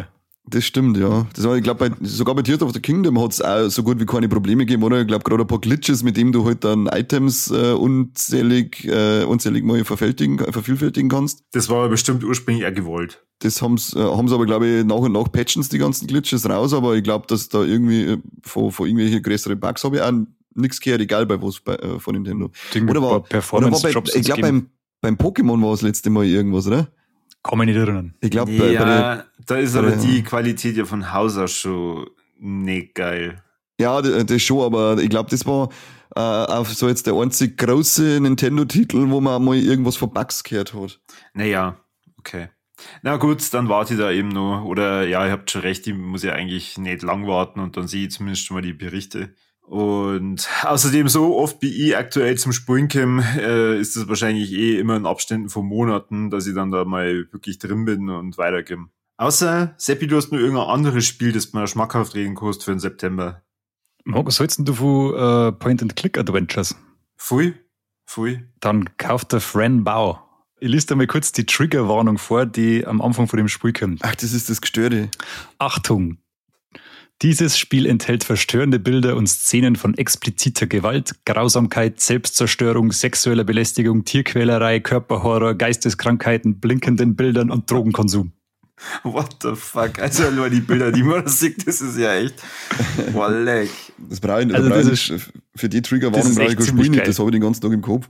Das stimmt, ja. Das war, ich glaube, sogar bei Tears of the Kingdom hat es auch so gut wie keine Probleme gegeben, oder? Ich glaube, gerade ein paar Glitches, mit denen du halt dann Items äh, unzählig, äh, unzählig mal vervielfältigen, vervielfältigen kannst. Das war bestimmt ursprünglich auch gewollt. Das haben's, äh, haben sie aber, glaube ich, nach und nach patchen die ganzen Glitches raus, aber ich glaube, dass da irgendwie äh, von, von irgendwelche größere Bugs habe ich auch nichts gehört, egal bei was bei, äh, von Nintendo. Ding Oder war, oder war bei, ich glaube, beim, beim Pokémon war das letzte Mal irgendwas, oder? Kann mich nicht erinnern. Ich glaube, ja, bei, bei der, da ist bei aber der, die Qualität ja von Haus aus schon nicht geil. Ja, das, das schon, aber ich glaube, das war äh, auf so jetzt der einzig große Nintendo-Titel, wo man mal irgendwas von Bugs gehört hat. Naja, okay. Na gut, dann warte ich da eben noch. Oder ja, ihr habt schon recht, ich muss ja eigentlich nicht lang warten und dann sehe ich zumindest schon mal die Berichte. Und außerdem so oft wie ich aktuell zum Spulen komme, äh, ist das wahrscheinlich eh immer in Abständen von Monaten, dass ich dann da mal wirklich drin bin und weitergehe. Außer, Seppi, du hast nur irgendein anderes Spiel, das man schmackhaft reden kannst für den September. Was hältst du von uh, Point-and-Click-Adventures? Pfui, pfui. Dann kauft der Fran Bau. Ich lese dir mal kurz die Triggerwarnung vor, die am Anfang von dem Spiel kommt. Ach, das ist das Gestörte. Achtung! Dieses Spiel enthält verstörende Bilder und Szenen von expliziter Gewalt, Grausamkeit, Selbstzerstörung, sexueller Belästigung, Tierquälerei, Körperhorror, Geisteskrankheiten, blinkenden Bildern und Drogenkonsum. What the fuck? Also nur die Bilder, die man da sieht, das ist ja echt boah, leck. Das brauche ich, Also das das brauch ich ist- für die Triggerwarnung das ist brauche ich echt kein ziemlich Spiel nicht, geil. das habe ich den ganzen Tag im Kopf.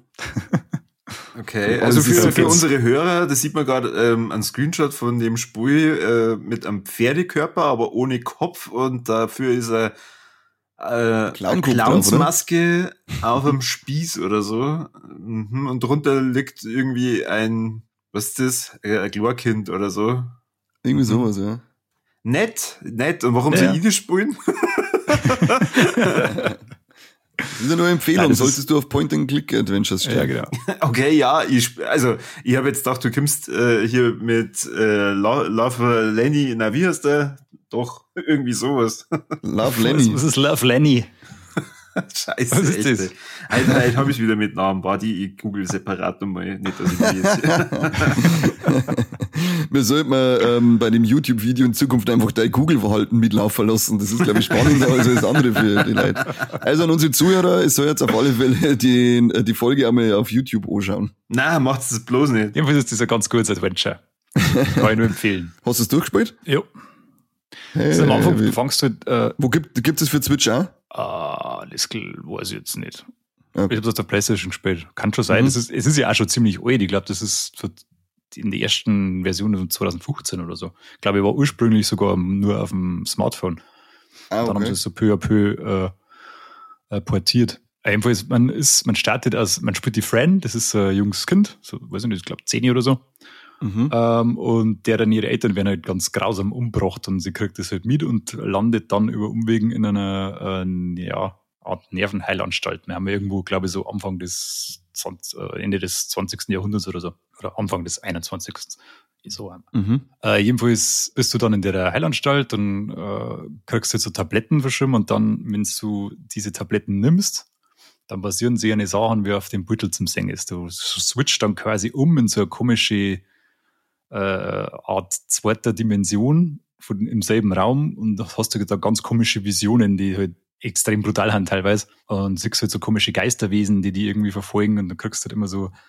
Okay, Aber also das ist für, so für jetzt- unsere Hörer, das sieht man gerade ähm, ein Screenshot von dem Spiel äh, mit einem Pferdekörper, aber ohne Kopf und dafür ist er äh, Clown eine guckt drauf, Clownsmaske auf einem Spieß oder so. Mhm, und drunter liegt irgendwie ein, was ist das? Äh, Ein Glorkind oder so. Irgendwie sowas, ja. Nett, nett. Und warum Ja, soll ja. ich das spielen? Das ist ja nur eine Empfehlung, Nein, das solltest ist- du auf Point-and-Click-Adventures stehen. Ja, genau. Okay, ja, ich, sp- also, ich habe jetzt gedacht, du kommst äh, hier mit äh, Lo- Love Lenny, na, wie heißt der? Doch, irgendwie sowas. Love Lenny. Was ist Love Lenny? Scheiße, Was ist echt. das? Alter, heute habe ich wieder mit Namen. Warte, ich google separat nochmal. Nicht, dass ich mir jetzt... Wir sollten mal ähm, bei dem YouTube-Video in Zukunft einfach dein Google-Verhalten mitlaufen lassen. Das ist, glaube ich, spannender als das andere für die Leute. Also an unsere Zuhörer, es soll jetzt auf alle Fälle die, die Folge einmal auf YouTube anschauen. Nein, macht's das bloß nicht. Jedenfalls ist das ein ganz gutes Adventure. Kann ich nur empfehlen. Hast du es durchgespielt? Ja. Hey, Also am Anfang wie- fangst du halt, äh, wo gibt gibt es für Switch auch? ah, das weiß ich jetzt nicht. Ja. Ich habe auf der PlayStation gespielt. Kann schon sein. Mhm. Das ist, es ist ja auch schon ziemlich alt. Ich glaube, das ist so in der ersten Version von zwanzig fünfzehn oder so. Ich glaube, ich war ursprünglich sogar nur auf dem Smartphone. Ah, Dann haben sie okay. es so peu à peu äh, äh, portiert. Jedenfalls, man ist, man startet als, man spielt die Fran, das ist ein junges Kind, so, weiß ich nicht, ich glaube zehn oder so. Mhm. Ähm, und der dann ihre Eltern werden halt ganz grausam umgebracht und sie kriegt das halt mit und landet dann über Umwegen in einer äh, ja, Art Nervenheilanstalt. Wir haben irgendwo, glaube ich, so Anfang des zwanzig, äh, Ende des zwanzigsten Jahrhunderts oder so. Oder Anfang des einundzwanzigsten So. Mhm. Äh, jedenfalls bist du dann in der Heilanstalt, dann äh, kriegst du jetzt so Tabletten verschrieben und dann, wenn du diese Tabletten nimmst, dann passieren sie eine Sachen wie auf dem Beutel zum Singen ist. Du switcht dann quasi um in so eine komische äh, Art zweiter Dimension von, im selben Raum und da hast du da ganz komische Visionen, die halt extrem brutal sind teilweise und siehst halt so komische Geisterwesen, die die irgendwie verfolgen und dann kriegst du halt immer so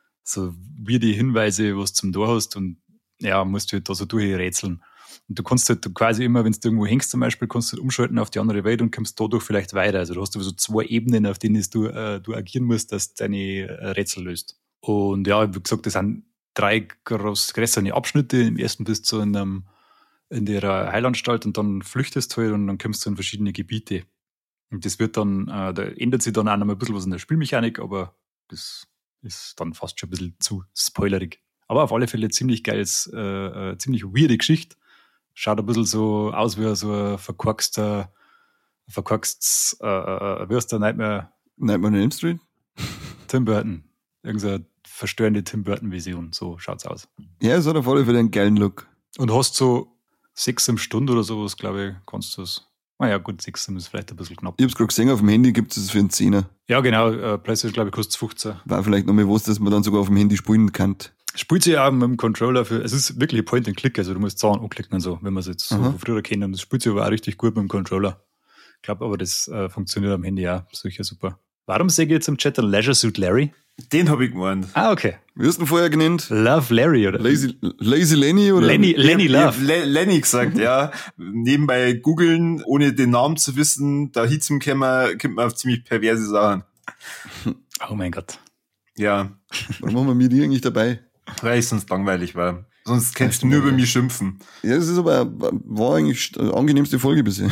so weirde Hinweise, was du zum Tor hast und ja, musst du halt da so durchrätseln. Und du kannst halt quasi immer, wenn du irgendwo hängst zum Beispiel, kannst du halt umschalten auf die andere Welt und kommst dadurch vielleicht weiter. Also du hast so zwei Ebenen, auf denen du, äh, du agieren musst, dass du deine äh, Rätsel löst. Und ja, wie gesagt, das sind drei groß, größere Abschnitte. Im ersten bist du in, einem, in der Heilanstalt und dann flüchtest du halt und dann kommst du in verschiedene Gebiete. Und das wird dann, äh, da ändert sich dann auch noch mal ein bisschen was in der Spielmechanik, aber das ist dann fast schon ein bisschen zu spoilerig. Aber auf alle Fälle ziemlich geiles, äh, äh, ziemlich weirde Geschichte. Schaut ein bisschen so aus wie so ein verkorkster, verkorksts, äh, äh, wie heißt der Nightmare? Nightmare on Elm Street? Tim Burton. Irgend so eine verstörende Tim Burton-Vision. So schaut's aus. Ja, es hat auf alle Fälle einen geilen Look. Und hast so sechs im Stunde oder sowas, glaube ich, kannst du es. Naja, gut, sechs ist vielleicht ein bisschen knapp. Ich hab's gerade gesehen, auf dem Handy gibt es für einen Zehner. Ja, genau. Äh, PlayStation, glaube ich, kostet fünfzehn. War vielleicht noch mal was, dass man dann sogar auf dem Handy spielen kann. Spielt sich auch mit dem Controller für, es ist wirklich ein Point-and-Click, also du musst Zahlen anklicken und so, wenn man es jetzt so von früher kennen. Das spielt sich aber auch richtig gut mit dem Controller. Ich glaube aber, das äh, funktioniert am Handy auch sicher super. Warum sehe ich jetzt im Chat ein Leisure Suit Larry? Den habe ich gemeint. Ah, okay. Wie hast du ihn vorher genannt? Love Larry, oder? Lazy, Lazy Lenny, oder? Lenny, Lenny Ich Love. hab Le- Lenny gesagt, ja. Nebenbei googeln, ohne den Namen zu wissen, da hitzen kann man, kommt man auf ziemlich perverse Sachen. Oh mein Gott. Ja, Warum haben wir mit dir eigentlich dabei? weil ich sonst langweilig war. Sonst kannst du nur über mich schimpfen. Ja, das ist aber, war eigentlich die angenehmste Folge bisher.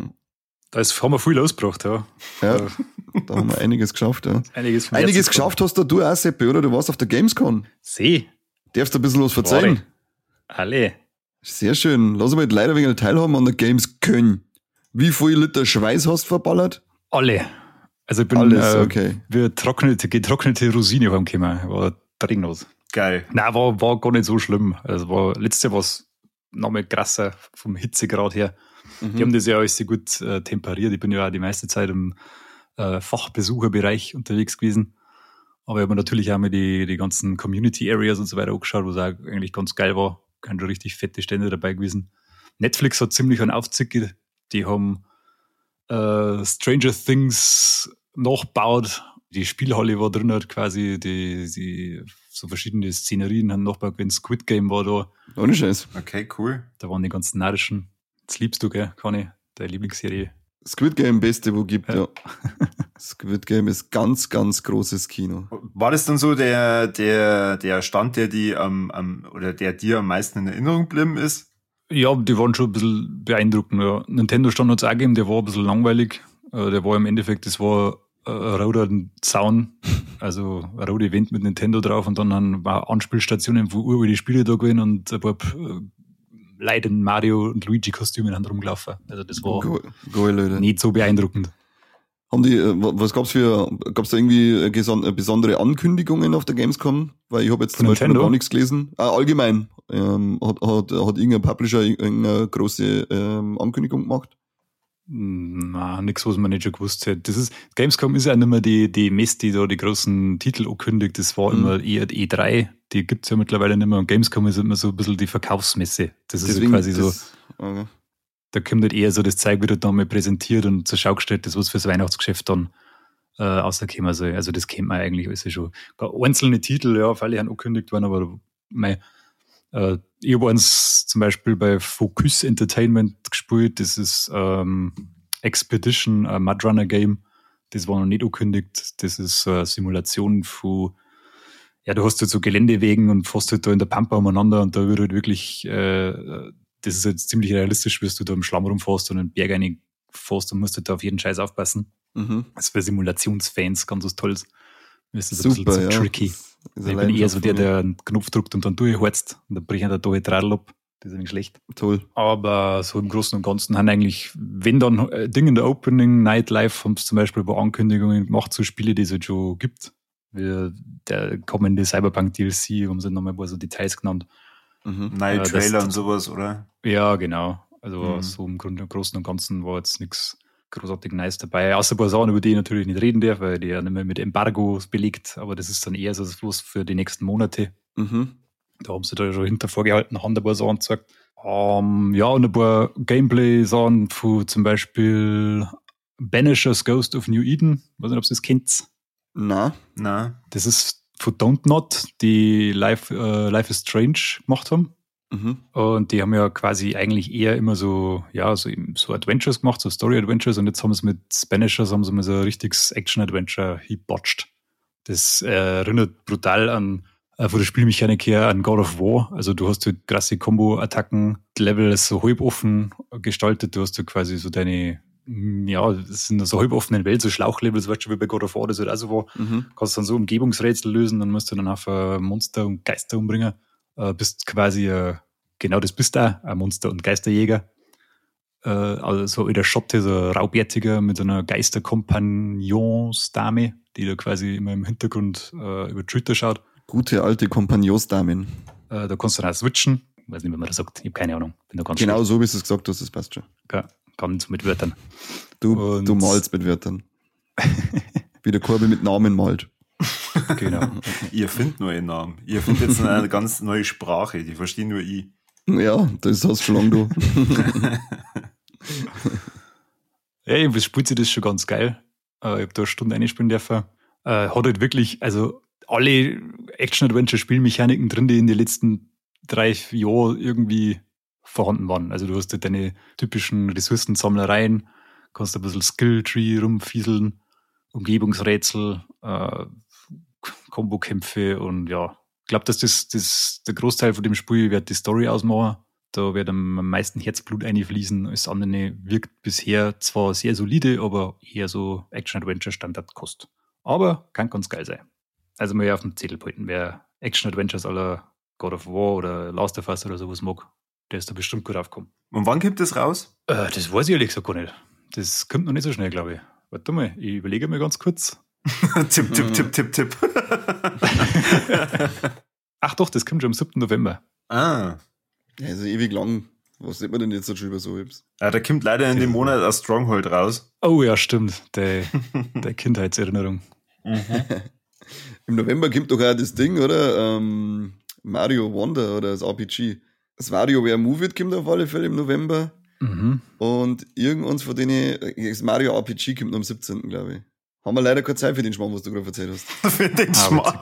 Da ist, haben wir viel ausgebracht, ja. Ja, da haben wir einiges geschafft, ja. Einiges, vom Einiges Herzen geschafft hast da du auch, Seppi, oder? Du warst auf der Gamescom. Seh. Darfst du ein bisschen was verzeihen? Alle. Sehr schön. Lass mich leider wegen teilhaben an der Gamescom. Wie viel Liter Schweiß hast du verballert? Alle. Also ich bin Alles, äh, okay. wie trocknete, getrocknete Rosine heimgekommen. War dringlos. Geil. Nein, war, war gar nicht so schlimm. Also war letztes Jahr was noch mal krasser vom Hitzegrad her. Mhm. Die haben das ja alles sehr gut äh, temperiert. Ich bin ja auch die meiste Zeit im äh, Fachbesucherbereich unterwegs gewesen. Aber ich habe mir natürlich auch mal die, die ganzen Community Areas und so weiter angeschaut, was auch eigentlich ganz geil war. Ganz richtig fette Stände dabei gewesen. Netflix hat ziemlich einen Aufzicke. Die haben äh, Stranger Things nachgebaut. Die Spielhalle war drin, hat quasi die, die so verschiedene Szenerien haben nachgebaut. Wenn Squid Game war da, Ohne Scheiß. Okay, cool. da waren die ganzen narischen. Das liebst du, gell, Conny? Deine Lieblingsserie. Squid Game, beste, wo gibt, Ja. ja. Squid Game ist ganz, ganz großes Kino. War das dann so der, der, der Stand, der die am, am, oder der dir am meisten in Erinnerung geblieben ist? Ja, die waren schon ein bisschen beeindruckend. Ja. Nintendo-Stand hat es auch gegeben, der war ein bisschen langweilig. Äh, Der war im Endeffekt, das war äh, ein roter Zaun, also ein rotes Event mit Nintendo drauf und dann haben wir Anspielstationen, wo uralte Spiele da gewesen und ein paar äh, Leute in Mario und Luigi-Kostümen haben rumgelaufen. Also das war Go- Geil, Leute. nicht so beeindruckend. Haben die, äh, wa- was gab's für, gab's da irgendwie äh, geson- äh, besondere Ankündigungen auf der Gamescom? Weil ich habe jetzt Von zum Beispiel Nintendo? noch gar nichts gelesen. Ah, allgemein. Ähm, hat, hat, hat irgendein Publisher irgendeine große ähm, Ankündigung gemacht? Na, nix, was man nicht schon gewusst hätte. Das ist, Gamescom ist ja nicht mehr die, die Messe, die da die großen Titel ankündigt. Das war Mhm. immer eher die E drei. Die gibt's ja mittlerweile nicht mehr. Und Gamescom ist immer so ein bisschen die Verkaufsmesse. Das ist ja quasi so, das, okay. da kommt halt eher so das Zeug wieder da mal präsentiert und zur Schau gestellt, das was fürs Weihnachtsgeschäft dann äh, rauskommen soll. Also das kennt man eigentlich alles schon. Gar einzelne Titel, ja, weil die angekündigt worden, aber mei, äh, ich habe eins zum Beispiel bei Focus Entertainment gespielt, das ist ähm, Expedition, ein Mudrunner Game, das war noch nicht angekündigt, das ist eine Simulation von, ja, du hast halt so Geländewegen und fährst halt da in der Pampa umeinander und da wird halt wirklich, äh, das ist jetzt ziemlich realistisch, wie du da im Schlamm rumfährst und in den Berg reinfährst und musst halt da auf jeden Scheiß aufpassen. Mhm. Das ist für Simulationsfans ganz was Tolles. Das ist Super, ein bisschen ja. zu tricky. Das ist eine Ich bin eher so Leidenschaft der, von mir. der einen Knopf drückt und dann durchheizt und dann bricht er da halt Radl ab. Das ist ja nicht schlecht. Toll. Aber so im Großen und Ganzen haben eigentlich, wenn dann äh, Dinge in der Opening, Nightlife, haben sie zum Beispiel ein paar Ankündigungen gemacht, so Spiele, die es halt schon gibt. Wie der kommende Cyberpunk D L C, haben sie nochmal ein paar so Details genannt. Mhm. Neue Ja, das- Trailer und sowas, oder? Ja, genau. Also Mhm. so im Grunde und Großen und Ganzen war jetzt nichts großartig Nice dabei. Außer ein paar Sachen, über die ich natürlich nicht reden darf, weil die ja nicht mehr mit Embargos belegt, aber das ist dann eher so das Plus für die nächsten Monate. Mhm. Da haben sie da schon hinter vorgehalten, haben ein paar Sachen gezeigt. Ähm, ja, und ein paar Gameplay-Sachen von zum Beispiel Banisher's Ghost of New Eden. Ich weiß nicht, ob ihr das kennt. Na, Na, Das ist von Don't Not, die Life, äh, Life is Strange gemacht haben. mhm. Und die haben ja quasi eigentlich eher immer so, ja, so, eben so Adventures gemacht, so Story-Adventures. Und jetzt haben sie mit Banishers haben sie mal so ein richtiges Action-Adventure hinbotcht. Das äh, erinnert brutal an, äh, von der Spielmechanik her, an God of War. Also du hast halt krasse Combo-Attacken, Level ist so halb offen gestaltet. Du hast halt quasi so deine, mm, ja, das sind so halb offenen Welt, so Schlauchlevel, das weißt du, wie bei God of War, das halt auch so war. Mhm. Kannst dann so Umgebungsrätsel lösen, dann musst du dann auf äh, Monster und Geister umbringen. Äh, bist quasi, äh, genau das bist du auch, ein Monster- und Geisterjäger. Äh, also so in der Schotte, so ein Raubjätiger mit so einer Geisterkompagnonsdame, die da quasi immer im Hintergrund äh, über die Schulter schaut. Gute alte Kompagnonsdamen. Äh, da kannst du dann auch switchen. Ich weiß nicht, wie man das sagt. Ich habe keine Ahnung. Bin da ganz Genau schlecht. so, wie du es gesagt hast, das passt schon. Ja, ganz mit Wörtern. Du, Und- du malst mit Wörtern. Wie der Korbi mit Namen malt. Genau. Ihr findet neue Namen. Ihr findet jetzt eine ganz neue Sprache, die verstehen nur ich. Ja, das hast du schon lange du. Ja, jedenfalls spielt sich das schon ganz geil. Äh, ich habe da eine Stunde einspielen dürfen. Äh, hat halt wirklich, also alle Action-Adventure-Spielmechaniken drin, die in den letzten drei Jahren irgendwie vorhanden waren. Also du hast halt deine typischen Ressourcensammlereien, kannst ein bisschen Skill-Tree rumfieseln, Umgebungsrätsel, äh, Kombokämpfe und ja, ich glaube, dass das, das der Großteil von dem Spiel wird die Story ausmachen. Da wird am meisten Herzblut einfließen. Das andere wirkt bisher zwar sehr solide, aber eher so Action-Adventure-Standard-Kost. Aber kann ganz geil sein. Also mal auf dem Zettel halten, wer Action-Adventures aller God of War oder Last of Us oder sowas mag, der ist da bestimmt gut aufgekommen. Und wann kommt das raus? Äh, das weiß ich ehrlich gesagt gar nicht. Das kommt noch nicht so schnell, glaube ich. Warte mal, ich überlege mir ganz kurz. tipp, tipp, tipp, tipp, tipp. Ach doch, das kommt schon am siebten November. Ah. Ja, also ewig lang. Was sieht man denn jetzt so schon über so Hips? Ja, da kommt leider in dem Monat ein Stronghold raus. Oh ja, stimmt. Der, der Kindheitserinnerung. Mhm. Im November kommt doch auch das Ding, oder? Ähm, Mario Wonder oder das R P G. Das WarioWare Move It kommt auf alle Fälle im November. Mhm. Und irgendeins von denen, das Mario R P G kommt am siebzehnten glaube ich. Haben wir leider keine Zeit für den Schmarrn, was du gerade erzählt hast. Für den Schmarrn.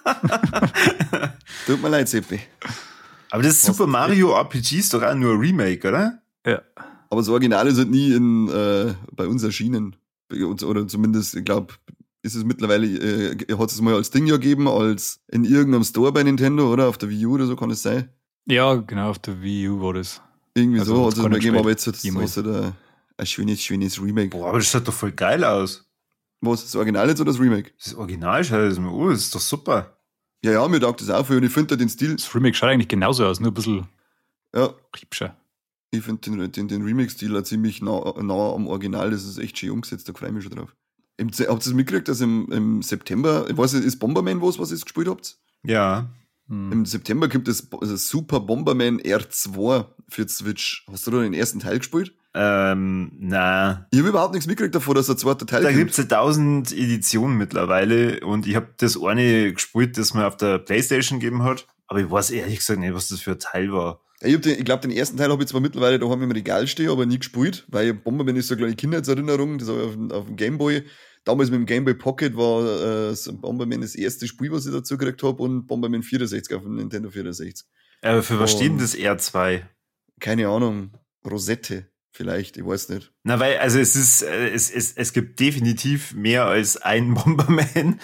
Tut mir leid, Seppi. Aber das Super Mario R P G ist doch auch nur ein Remake, oder? Ja. Aber das Original ist halt nie in, äh, bei uns erschienen. Bei uns, oder zumindest, ich glaube, ist es mittlerweile, äh, hat es mal als Ding ja gegeben, als in irgendeinem Store bei Nintendo, oder? Auf der Wii U oder so, kann es sein? Ja, genau, auf der Wii U war das. Irgendwie Also so, hat's hat es gar mal nicht gegeben, aber gespielt. jetzt hat Jemals. es ein, ein schönes, schönes Remake. Boah, aber das schaut doch voll geil aus. Was, das Original jetzt oder das Remake? Das Original schaut das mal an, das ist doch super. Ja, ja, mir taugt das auch viel und ich finde den Stil, Das Remake schaut eigentlich genauso aus, nur ein bisschen ja, hübscher. ich finde den, den, den Remake-Stil auch ziemlich nah, nah am Original, das ist echt schön umgesetzt, da freue ich mich schon drauf. Im, habt ihr das mitgekriegt, dass im, im September, ich weiß nicht, ist Bomberman was, was ihr gespielt habt? Ja. Hm. Im September gibt es das Super Bomberman R zwei für Switch. Hast du da den ersten Teil gespielt? Ähm, na. Ich habe überhaupt nichts mitgekriegt davon, dass der zweite Teil Da kommt. gibt's ja tausend Editionen mittlerweile und ich habe das eine gespielt, das man auf der Playstation gegeben hat. Aber ich weiß ehrlich gesagt nicht, was das für ein Teil war. Ja, ich, hab den- ich glaube, den ersten Teil habe ich zwar mittlerweile daheim im Regal stehen, aber nie gespielt, weil Bomberman ist so eine kleine Kindheitserinnerung, das habe ich auf, dem- auf dem Gameboy. Damals mit dem Gameboy Pocket war äh, so Bomberman das erste Spiel, was ich dazu gekriegt habe, und Bomberman vierundsechzig auf dem Nintendo vierundsechzig. Aber für was Und- steht denn das R zwei? Keine Ahnung, Rosette vielleicht, ich weiß nicht. Na, weil, also es ist, äh, es, es, es gibt definitiv mehr als einen Bomberman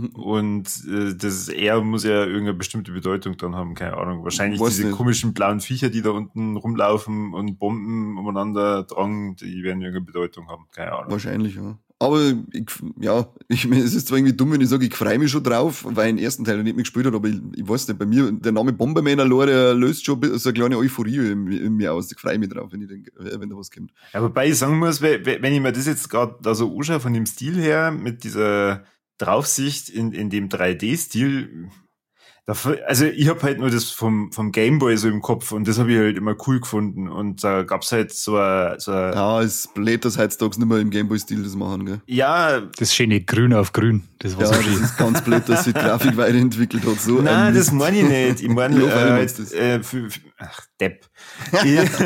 und äh, das R muss ja irgendeine bestimmte Bedeutung dann haben, keine Ahnung. Wahrscheinlich Weiß diese nicht. komischen blauen Viecher, die da unten rumlaufen und Bomben umeinander tragen, die werden irgendeine Bedeutung haben, keine Ahnung. Wahrscheinlich, ja. Aber ich, ja, ich, es ist zwar irgendwie dumm, wenn ich sage, ich freue mich schon drauf, weil ich den ersten Teil noch nicht mehr gespielt habe, aber ich, ich weiß nicht, bei mir, der Name Bomberman allein, der löst schon so eine kleine Euphorie in, in mir aus. Ich freue mich drauf, wenn, ich den, wenn da was kommt. Ja, wobei ich sagen muss, we- we- wenn ich mir das jetzt gerade da so anschaue von dem Stil her, mit dieser Draufsicht in, in dem drei D-Stil, da, also ich habe halt nur das vom, vom Gameboy so im Kopf und das habe ich halt immer cool gefunden und da gab's halt so ein, so ein, Ja, es blöd, dass heutzutage nicht mehr im Gameboy-Stil das machen, gell? ja, Das schöne Grün auf Grün, das war Ja, so das schön. ist ganz blöd, dass sich die Grafik weiterentwickelt hat. So nein, ein das Mist. meine ich nicht. Ich meine, Ja, weil du äh, meinst das. äh, für, für, ach, Depp. ich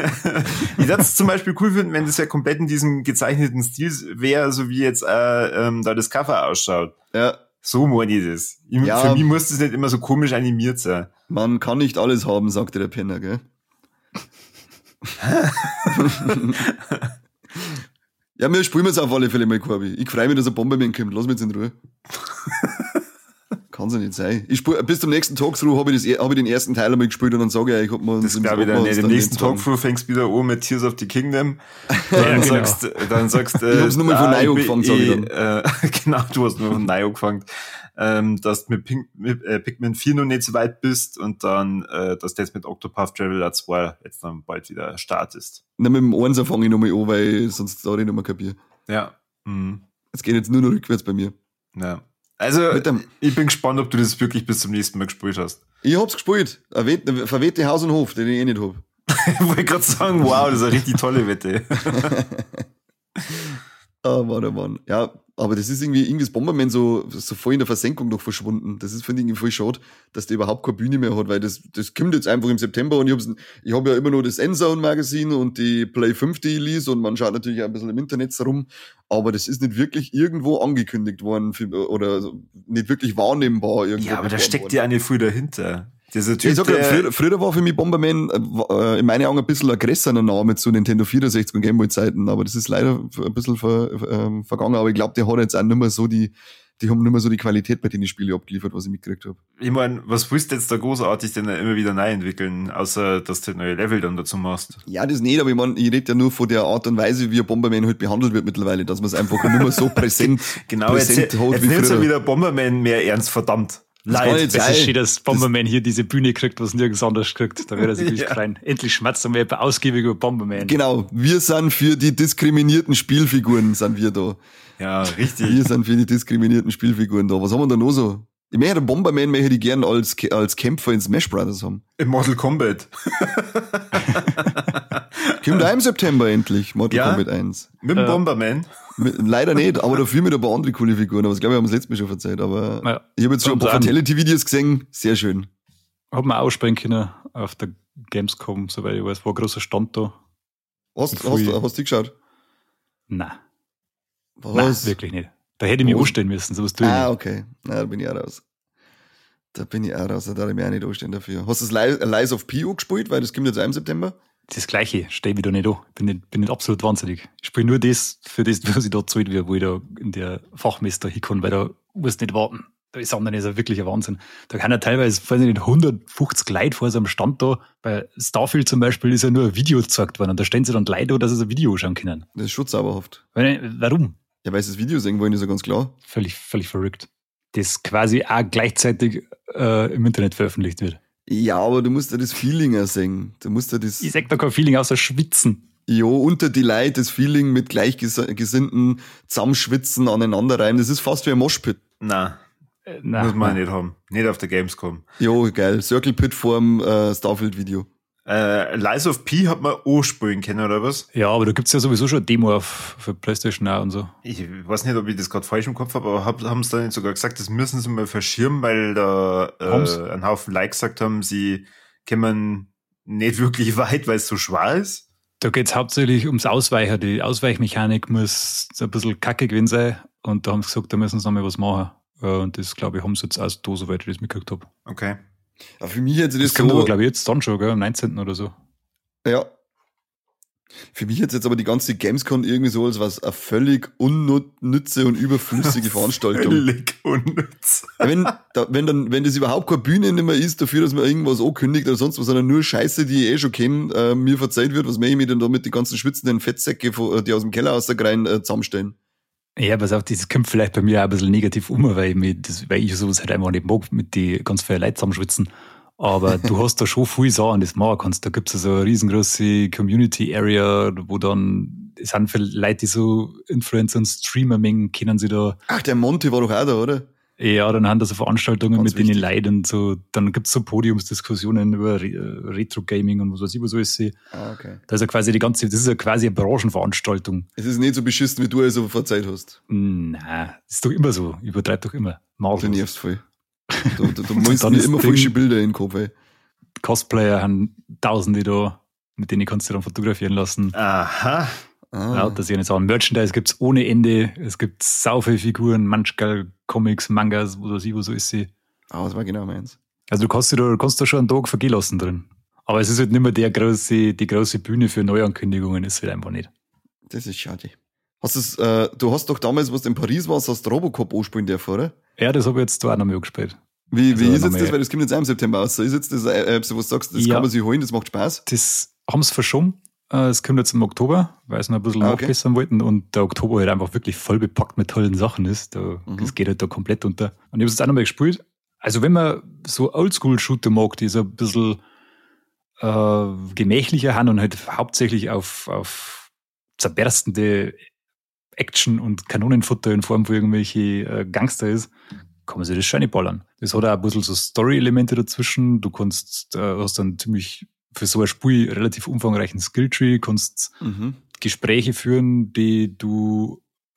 ich würde es zum Beispiel cool finden, wenn das ja komplett in diesem gezeichneten Stil wäre, so wie jetzt äh, ähm, da das Cover ausschaut. Ja, So meine ich das. Ich, Ja. Für mich muss das nicht immer so komisch animiert sein. man kann nicht alles haben, sagte der Penner, gell? Ja, wir spielen jetzt auf alle Fälle mal, Corby. Ich freue mich, dass ein Bomberman kommt. Lass mich jetzt in Ruhe. Kann's ja nicht sein. Ich spiel, bis zum nächsten Talkthrough habe ich, das, hab ich den ersten Teil einmal gespielt und dann sage ich, ich hab mir Das glaube ich dann nicht. Im nächsten Talkthrough fängst du wieder an mit Tears of the Kingdom. Dann Ja, genau. sagst, dann sagst äh, Ich hab's nur mal von ah, neu ich bin angefangen, sag ich eh, Äh, genau, du hast nur von neu angefangen. Ähm, dass du mit, Pink, mit äh, Pikmin vier noch nicht so weit bist und dann, äh, dass du jetzt mit Octopath Traveler zwei jetzt dann bald wieder startest. Na, mit dem Einser fange ich nochmal an, weil sonst da ich nicht mehr kapier. Ja. Mhm. Es geht jetzt nur noch rückwärts bei mir. Ja. Also, Mit dem- ich bin gespannt, ob du das wirklich bis zum nächsten Mal gespielt hast. Ich hab's gespielt. Ein Wett- ein verwehte Haus und Hof, den ich eh nicht hab. Ich wollte gerade sagen, wow, das ist eine richtig tolle Wette. Ah, Mann, oh Mann. Ja, aber das ist irgendwie, irgendwie ist Bomberman so, so voll in der Versenkung noch verschwunden. Das ist, finde ich, irgendwie voll schade, dass der überhaupt keine Bühne mehr hat, weil das, das kommt jetzt einfach im September und ich habe ich hab ja immer noch das Endzone-Magazin und die Play fünf, die ich lese und man schaut natürlich auch ein bisschen im Internet rum, aber das ist nicht wirklich irgendwo angekündigt worden für, oder nicht wirklich wahrnehmbar irgendwo. Ja, aber da steckt ja auch nicht viel dahinter. Dieser Typ, ich sag ja, der, früher, früher war für mich Bomberman äh, in meinen Augen ein bisschen ein größerer Name zu Nintendo vierundsechzig und Gameboy-Zeiten, aber das ist leider ein bisschen ver, äh, vergangen, aber ich glaube, der hat jetzt auch nicht mehr so die, die haben nicht mehr so die Qualität bei den Spielen abgeliefert, was ich mitgekriegt habe. Ich meine, was willst du jetzt da großartig denn immer wieder neu entwickeln, außer dass du neue Level dann dazu machst? Ja, das nicht, aber ich meine, ich rede ja nur von der Art und Weise, wie ein Bomberman halt behandelt wird mittlerweile, dass man es einfach nicht mehr so präsent, genau, präsent jetzt, hat jetzt wie nimmst du früher. wieder Bomberman mehr ernst, verdammt. Das kann Leid. nicht Das sein. ist schön, dass Bomberman hier diese Bühne kriegt, was nirgends anders kriegt. Da wird er sich wirklich Ja. freuen. Endlich schmerzt er mir ausgiebig über Bomberman. Genau, wir sind für die diskriminierten Spielfiguren, sind wir da. Ja, richtig. Wir sind für die diskriminierten Spielfiguren da. Was haben wir da noch so? Ich möchte einen Bomberman möchte ich gern als, als Kämpfer in Smash Brothers haben. Im Mortal Kombat. Kommt auch im September endlich, Mortal Ja? Kombat eins. Mit dem Äh. Bomberman. Mit, leider nicht, aber dafür mit ein paar andere coole Figuren. Aber das glaube ich, haben wir das letzte Mal schon verzeiht. Aber Ja. ich habe jetzt schon ein paar Und, ähm, Fatality-Videos gesehen. Sehr schön. Hat man ausspringen können auf der Gamescom, soweit ich weiß. War ein großer Stand da. Hast, hast, Pfui. hast, hast du geschaut? Nein, Was? nein, wirklich nicht. Da hätte ich mich Was? anstellen müssen, sowas tue ich Ah, nicht. okay. Na, da bin ich auch raus. Da bin ich auch raus. Da darf ich mich auch nicht anstehen dafür. Hast du das Li- Lies of P gespielt? Weil das kommt jetzt auch im September. Das Gleiche, stehe ich wieder nicht an. Bin nicht, bin nicht absolut wahnsinnig. Ich spiele nur das, für das, was ich da zahlt wird, wo ich da in der Fachmesse hinkomme, weil da musst du nicht warten. Da ist anderen ist ja wirklich ein Wahnsinn. Da kann er teilweise, weiß ich nicht, hundertfünfzig Leute vor so einem Stand da. Bei Starfield zum Beispiel ist ja nur ein Video gezeigt worden und da stehen sie dann Leute da, dass sie ein Video schauen können. Das ist schon zauberhaft. Weil, warum? Ja, weil sie das Video sehen wollen, ist ja ganz klar. Völlig, völlig verrückt. Das quasi auch gleichzeitig äh, im Internet veröffentlicht wird. Ja, aber du musst ja das Feeling auch sehen. Du musst ja das, Ich sag da kein Feeling außer Schwitzen. jo, unter die Leute, das Feeling mit Gleichgesinnten zusammenschwitzen, aneinander reimen. Das ist fast wie ein Moshpit. Nein, Äh, nein, muss man nein. nicht haben. Nicht auf der Gamescom. Jo, geil. Circle Pit vorm äh, Starfield-Video. Äh, Lies of P hat man auch spielen können, oder was? Ja, aber da gibt's ja sowieso schon eine Demo auf, für PlayStation auch und so. Ich weiß nicht, ob ich das gerade falsch im Kopf habe, aber hab, haben sie da nicht sogar gesagt, das müssen sie mal verschirmen, weil da Haben's? äh, ein Haufen Leute gesagt haben, sie kommen nicht wirklich weit, weil es so schwer ist. Da geht's hauptsächlich ums Ausweichen. Die Ausweichmechanik muss ein bisschen kacke gewesen sein und da haben sie gesagt, da müssen sie nochmal was machen. Äh, Und das, glaube ich, haben sie jetzt auch da, soweit ich das mitgekriegt habe. Okay. Ja, für mich hätte Das das kommt so, aber, glaube ich, jetzt dann schon, gell, am neunzehnten oder so. ja. Für mich jetzt jetzt aber die ganze Gamescom irgendwie so als was eine völlig unnütze und überflüssige Veranstaltung. Völlig unnütz. Wenn, da, wenn dann, wenn das überhaupt keine Bühne nicht mehr ist dafür, dass man irgendwas ankündigt oder sonst was, sondern nur Scheiße, die ich eh schon kenne, äh, mir verzeiht wird, was mache ich mir denn da mit den ganzen schwitzenden Fettsäcke, von- die aus dem Keller rausgreien, äh, zusammenstellen? Ja, pass auf, das kommt vielleicht bei mir auch ein bisschen negativ um, weil ich, mich, das, weil ich sowas halt einfach nicht mag, mit die ganz vielen Leuten zusammenschwitzen. Aber du hast da schon viel Sachen, das machen kannst. Da gibt's also eine riesengroße Community-Area, wo dann, es sind viele Leute, die so Influencer und Streamer mengen, kennen sie da. Ach, der Monty war doch auch da, oder? Ja, dann haben da so Veranstaltungen Ganz mit denen wichtig. Leuten und so. Dann gibt's so Podiumsdiskussionen über Re- Retro-Gaming und was weiß ich, was alles sehe. Ah, okay. Da ist ja quasi die ganze, das ist ja quasi eine Branchenveranstaltung. Es ist nicht so beschissen, wie du es so verzeiht hast. Na, ist doch immer so. Übertreibt doch immer. Du Maßlos. nervst voll. Du, du, du musst Dann mir ist immer Ding- falsche Bilder in den Kopf, ey. Cosplayer haben Tausende da, mit denen kannst du dann fotografieren lassen. Aha. Ah. Ja, dass ich nicht sagen. Merchandise gibt's ohne Ende. Es gibt sau viele Figuren, manchmal Comics, Mangas, was weiß ich, wo so ist sie. Ah, das war genau meins. Also du kannst, dir da, du kannst da schon einen Tag vergehen lassen drin. Aber es ist halt nicht mehr der große, die große Bühne für Neuankündigungen, ist halt einfach nicht. Das ist schade. Hast du's, äh, du hast doch damals, was du in Paris warst, hast du Robocop anspielen dürfen, oder? Ja, das habe ich jetzt da auch noch mal gespielt. Wie, Also wie ist jetzt nochmal- das? Weil das kommt jetzt auch im September aus. Ist jetzt das, äh, äh, so was du sagst, das Ja. kann man sich holen, das macht Spaß. Das haben sie verschoben. Äh, Es kommt jetzt im Oktober, weil sie noch ein bisschen Ah, okay. nachbessern wollten und der Oktober halt einfach wirklich voll bepackt mit tollen Sachen ist. Da, Mhm. Das geht halt da komplett unter. Und ich habe es jetzt auch nochmal gespielt. Also wenn man so Oldschool-Shooter mag, die so ein bisschen äh, gemächlicher haben und halt hauptsächlich auf, auf zerberstende Action und Kanonenfutter in Form von irgendwelche äh, Gangster ist, kann man sich das schon nicht ballern. Das hat auch ein bisschen so Story-Elemente dazwischen. Du kannst, äh, hast dann ziemlich für so ein Spiel relativ umfangreichen Skilltree, kannst Mhm. Gespräche führen, die du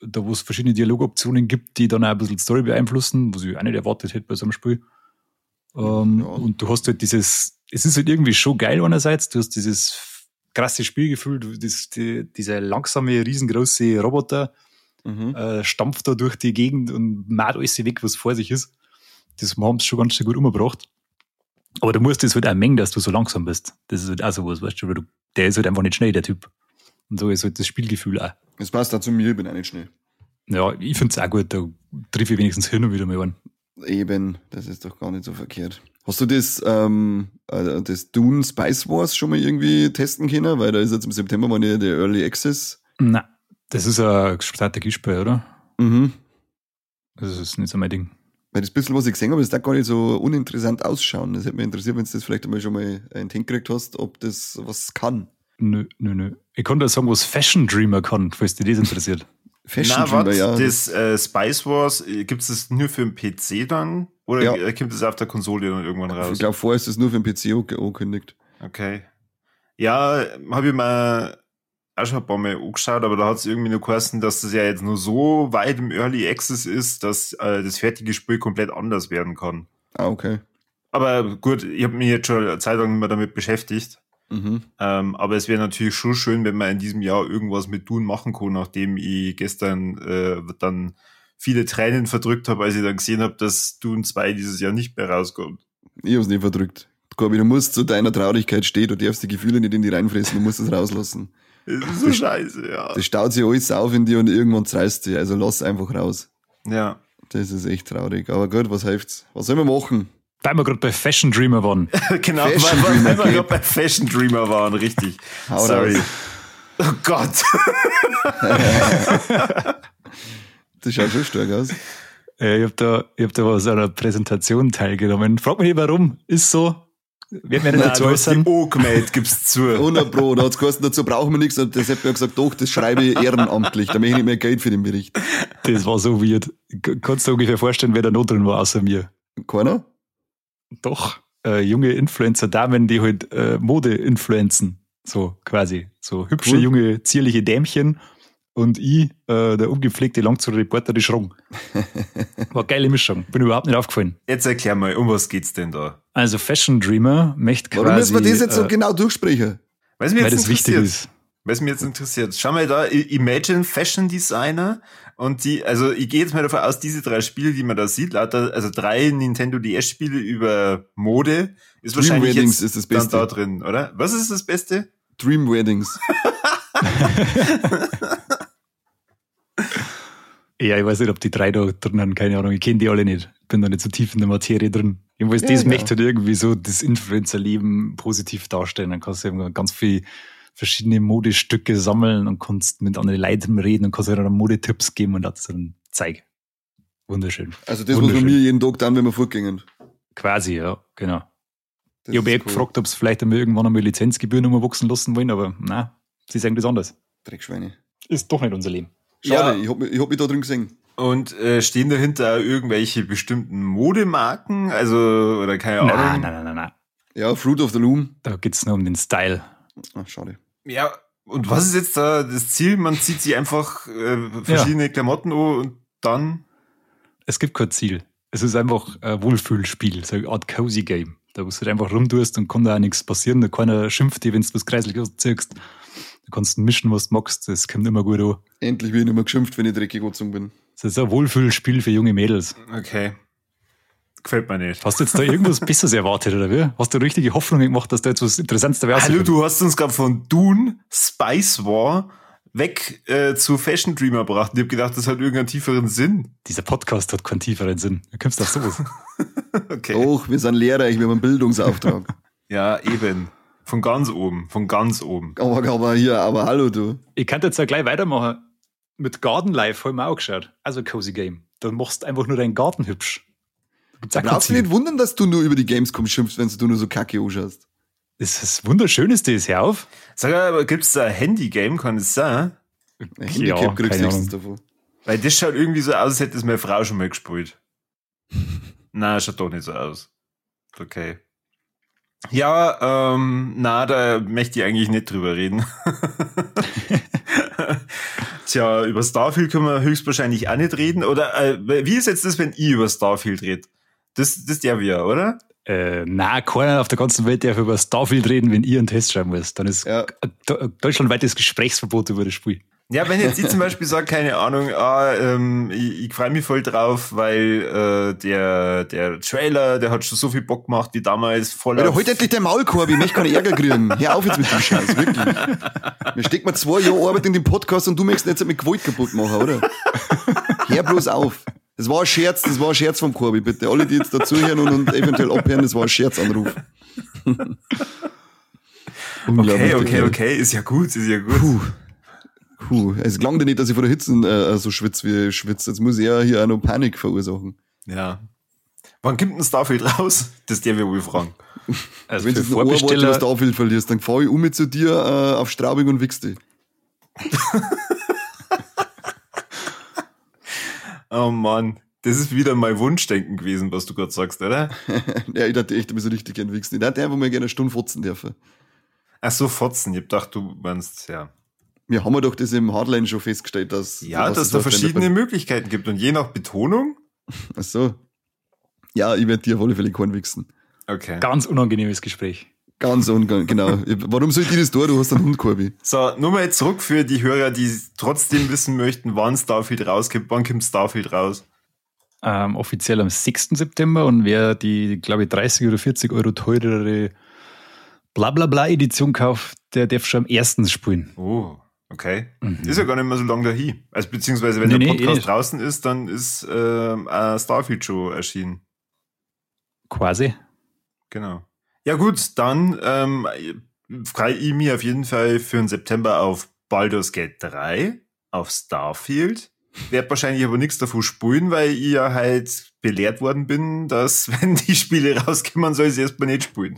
da wo es verschiedene Dialogoptionen gibt, die dann auch ein bisschen die Story beeinflussen, was ich auch nicht erwartet hätte bei so einem Spiel. Ähm, ja. Und du hast halt dieses, es ist halt irgendwie schon geil einerseits, du hast dieses krasse Spielgefühl, du, das, die, dieser langsame, riesengroße Roboter mhm. äh, stampft da durch die Gegend und macht alles weg, was vor sich ist. Das haben sie schon ganz schön gut umgebracht. Aber du musst das halt auch mengen, dass du so langsam bist. Das ist halt auch sowas, weißt du, weil du, der ist halt einfach nicht schnell, der Typ. Und so ist halt das Spielgefühl auch. Das passt auch zu mir, ich bin auch nicht schnell. Ja, ich find's auch gut, da triff ich wenigstens hin und wieder mal an. Eben, das ist doch gar nicht so verkehrt. Hast du das, ähm, das Dune Spice Wars schon mal irgendwie testen können? Weil da ist jetzt im September mal der Early Access. Nein, das ist ein Strategiespiel, oder? Mhm. Das ist nicht so mein Ding. Weil das bisschen, was ich gesehen habe, das darf gar nicht so uninteressant ausschauen. Das hätte mich interessiert, wenn du das vielleicht einmal schon mal in den gekriegt hast, ob das was kann. Nö, nö, nö. Ich konnte sagen, was Fashion Dreamer kann, falls dich das interessiert. Fashion Na, Dreamer, wat, ja. Das äh, Spice Wars, gibt es das nur für den P C dann? Oder ja. kommt das auf der Konsole dann irgendwann raus? Ich glaube, vorher ist das nur für den P C angekündigt. Okay. Ja, habe ich mal auch schon ein paar Mal angeschaut, aber da hat es irgendwie nur geheißen, dass das ja jetzt nur so weit im Early Access ist, dass äh, das fertige Spiel komplett anders werden kann. Ah, okay. Aber gut, ich habe mich jetzt schon eine Zeit lang nicht mehr damit beschäftigt. Mhm. Ähm, aber es wäre natürlich schon schön, wenn man in diesem Jahr irgendwas mit Dune machen kann, nachdem ich gestern äh, dann viele Tränen verdrückt habe, als ich dann gesehen habe, dass Dune zwei dieses Jahr nicht mehr rauskommt. Ich habe es nicht verdrückt. Corby, du musst zu deiner Traurigkeit stehen, du darfst die Gefühle nicht in die reinfressen, du musst es rauslassen. Das ist so das, scheiße, ja. Das staut sich alles auf in dir und irgendwann zerreißt dich, also lass einfach raus. Ja. Das ist echt traurig, aber gut, was hilft's? Was sollen wir machen? Weil wir gerade bei Fashion Dreamer waren. Genau, Fashion weil, weil, weil wir gerade bei Fashion Dreamer waren, richtig. Sorry. Raus. Oh Gott. Das schaut schon stark aus. Äh, ich habe da, ich hab da aus einer Präsentation teilgenommen. Frag mich nicht warum. Ist so. Werden wir nicht dazu äußern? Angemeldet, gib's zu. hundert Pro. Da hat's geheißen, dazu brauchen wir nichts. Und deshalb hat er gesagt, doch, das schreibe ich ehrenamtlich. Da möchte ich nicht mehr Geld für den Bericht. Das war so weird. Kannst du dir ungefähr vorstellen, wer da noch drin war, außer mir? Keiner? Doch. Äh, junge Influencer-Damen, die halt äh, Mode influenzen. So quasi. So hübsche, cool. junge, zierliche Dämchen. Und ich, äh, der ungepflegte Langzeit-Reporter, die Schrong. War eine geile Mischung. Bin überhaupt nicht aufgefallen. Jetzt erklär mal, um was geht's denn da? Also Fashion Dreamer möchte quasi... Warum müssen wir das jetzt äh, so genau durchsprechen? Weil's mir jetzt weil das wichtig ist. Weil es mir jetzt interessiert. Schau mal da, Imagine Fashion Designer und die, also ich gehe jetzt mal davon aus, diese drei Spiele, die man da sieht, lauter, also drei Nintendo D S-Spiele über Mode, ist Dream wahrscheinlich Weddings jetzt ist das Beste. Dann da drin, oder? Was ist das Beste? Dream Weddings. Ja, ich weiß nicht, ob die drei da drin haben, keine Ahnung, ich kenne die alle nicht. Bin da nicht so tief in der Materie drin. Jedenfalls, ja, das genau. möchte halt irgendwie so das Influencer-Leben positiv darstellen. Dann kannst du eben ganz viel verschiedene Modestücke sammeln und kannst mit anderen Leuten reden und kannst dann Modetipps geben und das dann zeigen. Wunderschön. Also das, was wir mir jeden Tag dann, wenn wir fortgehen. Quasi, ja, genau. Das ich habe eh cool. gefragt, ob es vielleicht einmal irgendwann einmal Lizenzgebühren umwachsen lassen wollen, aber nein, sie sagen das anders. Dreckschweine. Ist doch nicht unser Leben. Schade, ja. ich hab, ich hab mich da drin gesehen. Und äh, stehen dahinter irgendwelche bestimmten Modemarken? Also, oder keine Ahnung? Nein, nein, nein, nein, nein. Ja, Fruit of the Loom. Da geht's nur um den Style. Ach, schade. Ja, und was ist jetzt da das Ziel? Man zieht sich einfach äh, verschiedene ja. Klamotten an und dann? Es gibt kein Ziel. Es ist einfach ein Wohlfühlspiel, so eine Art Cozy Game. Da wo du halt einfach rumtust und kann da auch nichts passieren. Da keiner schimpft dir, wenn du was Kreisliches ziehst. Du kannst mischen, was du magst. Das kommt immer gut an. Endlich bin ich nicht mehr geschimpft, wenn ich dreckig angezogen bin. Das ist ein Wohlfühlspiel für junge Mädels. Okay. Gefällt mir nicht. Hast du jetzt da irgendwas Besseres erwartet, oder wie? Hast du richtige Hoffnung gemacht, dass da jetzt was Interessantes dabei ist? Hallo, du hast uns gerade von Dune, Spice War weg äh, zu Fashion Dreamer gebracht. Ich habe gedacht, das hat irgendeinen tieferen Sinn. Dieser Podcast hat keinen tieferen Sinn. Du kommst auf sowas. Okay. Doch, wir sind Lehrer, ich habe einen Bildungsauftrag. Ja, eben. Von ganz oben, von ganz oben. Aber, aber hier, aber hallo du. Ich kann jetzt ja gleich weitermachen. Mit Garden Life habe ich mir auch geschaut. Also Cozy Game. Dann machst du einfach nur deinen Garten hübsch. Da brauchst du nicht wundern, dass du nur über die Gamescom schimpfst, wenn du nur so kacke anschaust. Das ist wunderschön, ist das, hör auf. Sag mal, gibt es da ein Handy-Game, kann es sein? Ein Handicap ja, kriegst du nichts davon. Weil das schaut irgendwie so aus, als hätte es meine Frau schon mal gespielt. Nein, schaut doch nicht so aus. Okay. Ja, ähm, na, da möchte ich eigentlich nicht drüber reden. Tja, über Starfield können wir höchstwahrscheinlich auch nicht reden. Oder äh, wie ist jetzt das, wenn ich über Starfield rede? Das, das darf ich ja, oder? Äh, nein, keiner auf der ganzen Welt darf über Starfield reden, wenn ihr einen Test schreiben müsst. Dann ist Ja. ein deutschlandweites Gesprächsverbot über das Spiel. Ja, wenn jetzt ich zum Beispiel sage, keine Ahnung, ah, ähm, ich, ich freue mich voll drauf, weil äh, der der Trailer, der hat schon so viel Bock gemacht wie damals. Voller Alter, halt endlich den Maulkorb, ich möchte keinen Ärger kriegen. Hör auf jetzt mit dem Scheiß, wirklich. Mir steckt mir zwei Jahre Arbeit in den Podcast und du möchtest ihn jetzt mit Gewalt kaputt machen, oder? Hör bloß auf. Das war ein Scherz, das war ein Scherz vom Korbi, bitte. Alle, die jetzt dazuhören und, und eventuell abhören, das war ein Scherzanruf. Okay, okay, okay, ist ja gut, ist ja gut. Puh. Puh, es klang dir nicht, dass ich vor der Hitze äh, so schwitze, wie ich schwitze. Jetzt muss ich ja hier auch noch Panik verursachen. Ja. Wann kommt denn Starfield raus? Das darf ich wohl fragen. Also Wenn du für jetzt ein Wort über Vorbesteller, Starfield verlierst, dann fahre ich um mit zu dir äh, auf Straubing und wichs dich. Oh Mann, das ist wieder mein Wunschdenken gewesen, was du gerade sagst, oder? Ja, ich dachte echt, du bist so richtig gern wichsen. Ich dachte einfach mal gerne eine Stunde fotzen dürfen. Ach so, Fotzen. Ich hab gedacht, du meinst, ja. Wir haben ja doch das im Hardline schon festgestellt, dass... Ja, dass dass es da halt, wenn verschiedene du- Möglichkeiten gibt und je nach Betonung. Ach so. Ja, ich werde dir auf alle Fälle keinen wichsen. Okay. ganz unangenehmes Gespräch. Ganz ungang, genau. Warum soll ich dir das tun? Du hast einen Hund, Korbi. So, nur mal zurück für die Hörer, die trotzdem wissen möchten, wann Starfield rauskommt. Wann kommt Starfield raus? Ähm, offiziell am sechsten September und wer die, glaube ich, dreißig oder vierzig Euro teurere Blablabla-Edition kauft, der darf schon am ersten spielen. Oh, okay. Mhm. Ist ja gar nicht mehr so lange dahin. Also beziehungsweise, wenn Nee, der nee, eh Podcast nicht. draußen ist, dann ist ähm, äh, Starfield schon erschienen. Quasi. Genau. Ja gut, dann ähm, freue ich mich auf jeden Fall für den September auf Baldur's Gate drei, auf Starfield. Werd wahrscheinlich aber nichts davon spielen, weil ich ja halt belehrt worden bin, dass wenn die Spiele rauskommen, soll ich sie erstmal nicht spielen.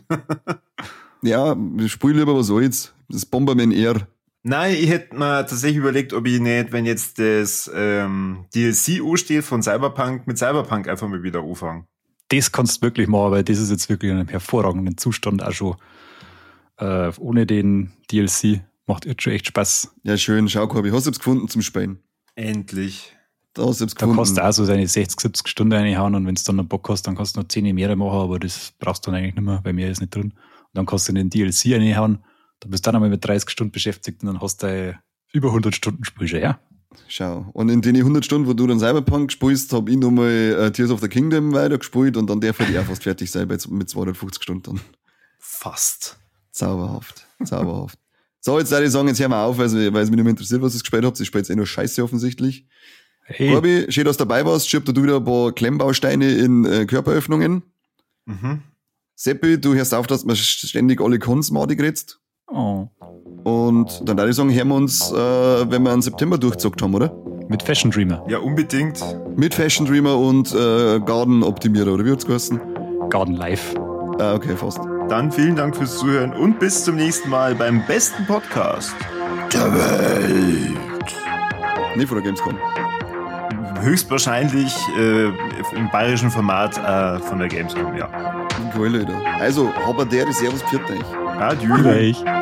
Ja, ich spiele lieber was soll's. Das Bomberman Air. Nein, ich hätte mir tatsächlich überlegt, ob ich nicht, wenn jetzt das ähm, D L C ansteht von Cyberpunk, mit Cyberpunk einfach mal wieder anfangen. Das kannst du wirklich machen, weil das ist jetzt wirklich in einem hervorragenden Zustand auch schon. Äh, ohne den D L C macht jetzt schon echt Spaß. Ja, schön. Schau, Korbi, hast du es gefunden zum Spielen? Endlich. Da hast du es Da gefunden. kannst du auch so seine sechzig, siebzig Stunden reinhauen und wenn du dann noch Bock hast, dann kannst du noch zehn mehr machen, aber das brauchst du dann eigentlich nicht mehr, weil mehr ist nicht drin. Und dann kannst du in den D L C reinhauen, dann bist du dann einmal mit dreißig Stunden beschäftigt und dann hast du ein über hundert Stunden Spiel schon, ja? Schau. Und in den hundert Stunden, wo du dann Cyberpunk spielst, habe ich nochmal äh, Tears of the Kingdom weitergespielt und dann darf ich auch fast fertig sein bei- mit zweihundertfünfzig Stunden. Fast. Zauberhaft. Zauberhaft. So, jetzt würde ich sagen, jetzt hören wir auf, weil es weil es mich nicht mehr interessiert, was ihr gespielt habt. Ich spiele jetzt eh nur Scheiße offensichtlich. Hey, Korbi, schön, dass du dabei warst. Schiebt du wieder ein paar Klemmbausteine in äh, Körperöffnungen. Mhm. Seppi, du hörst auf, dass man ständig alle Cons madig redst. oh. Und dann würde ich sagen, hören wir uns, äh, wenn wir einen September durchgezockt haben, oder? Mit Fashion Dreamer, Ja, unbedingt. Mit Fashion Dreamer und äh, Garden Optimierer, oder wie hat's geheißen? Garden Live. Ah, okay, fast. Dann vielen Dank fürs Zuhören und bis zum nächsten Mal beim besten Podcast der Welt. Nee, von der Gamescom. Höchstwahrscheinlich äh, im bayerischen Format äh, von der Gamescom, ja. Geil, Alter. Also, aber der, Servus, pfiat euch. Adieu. Gleich.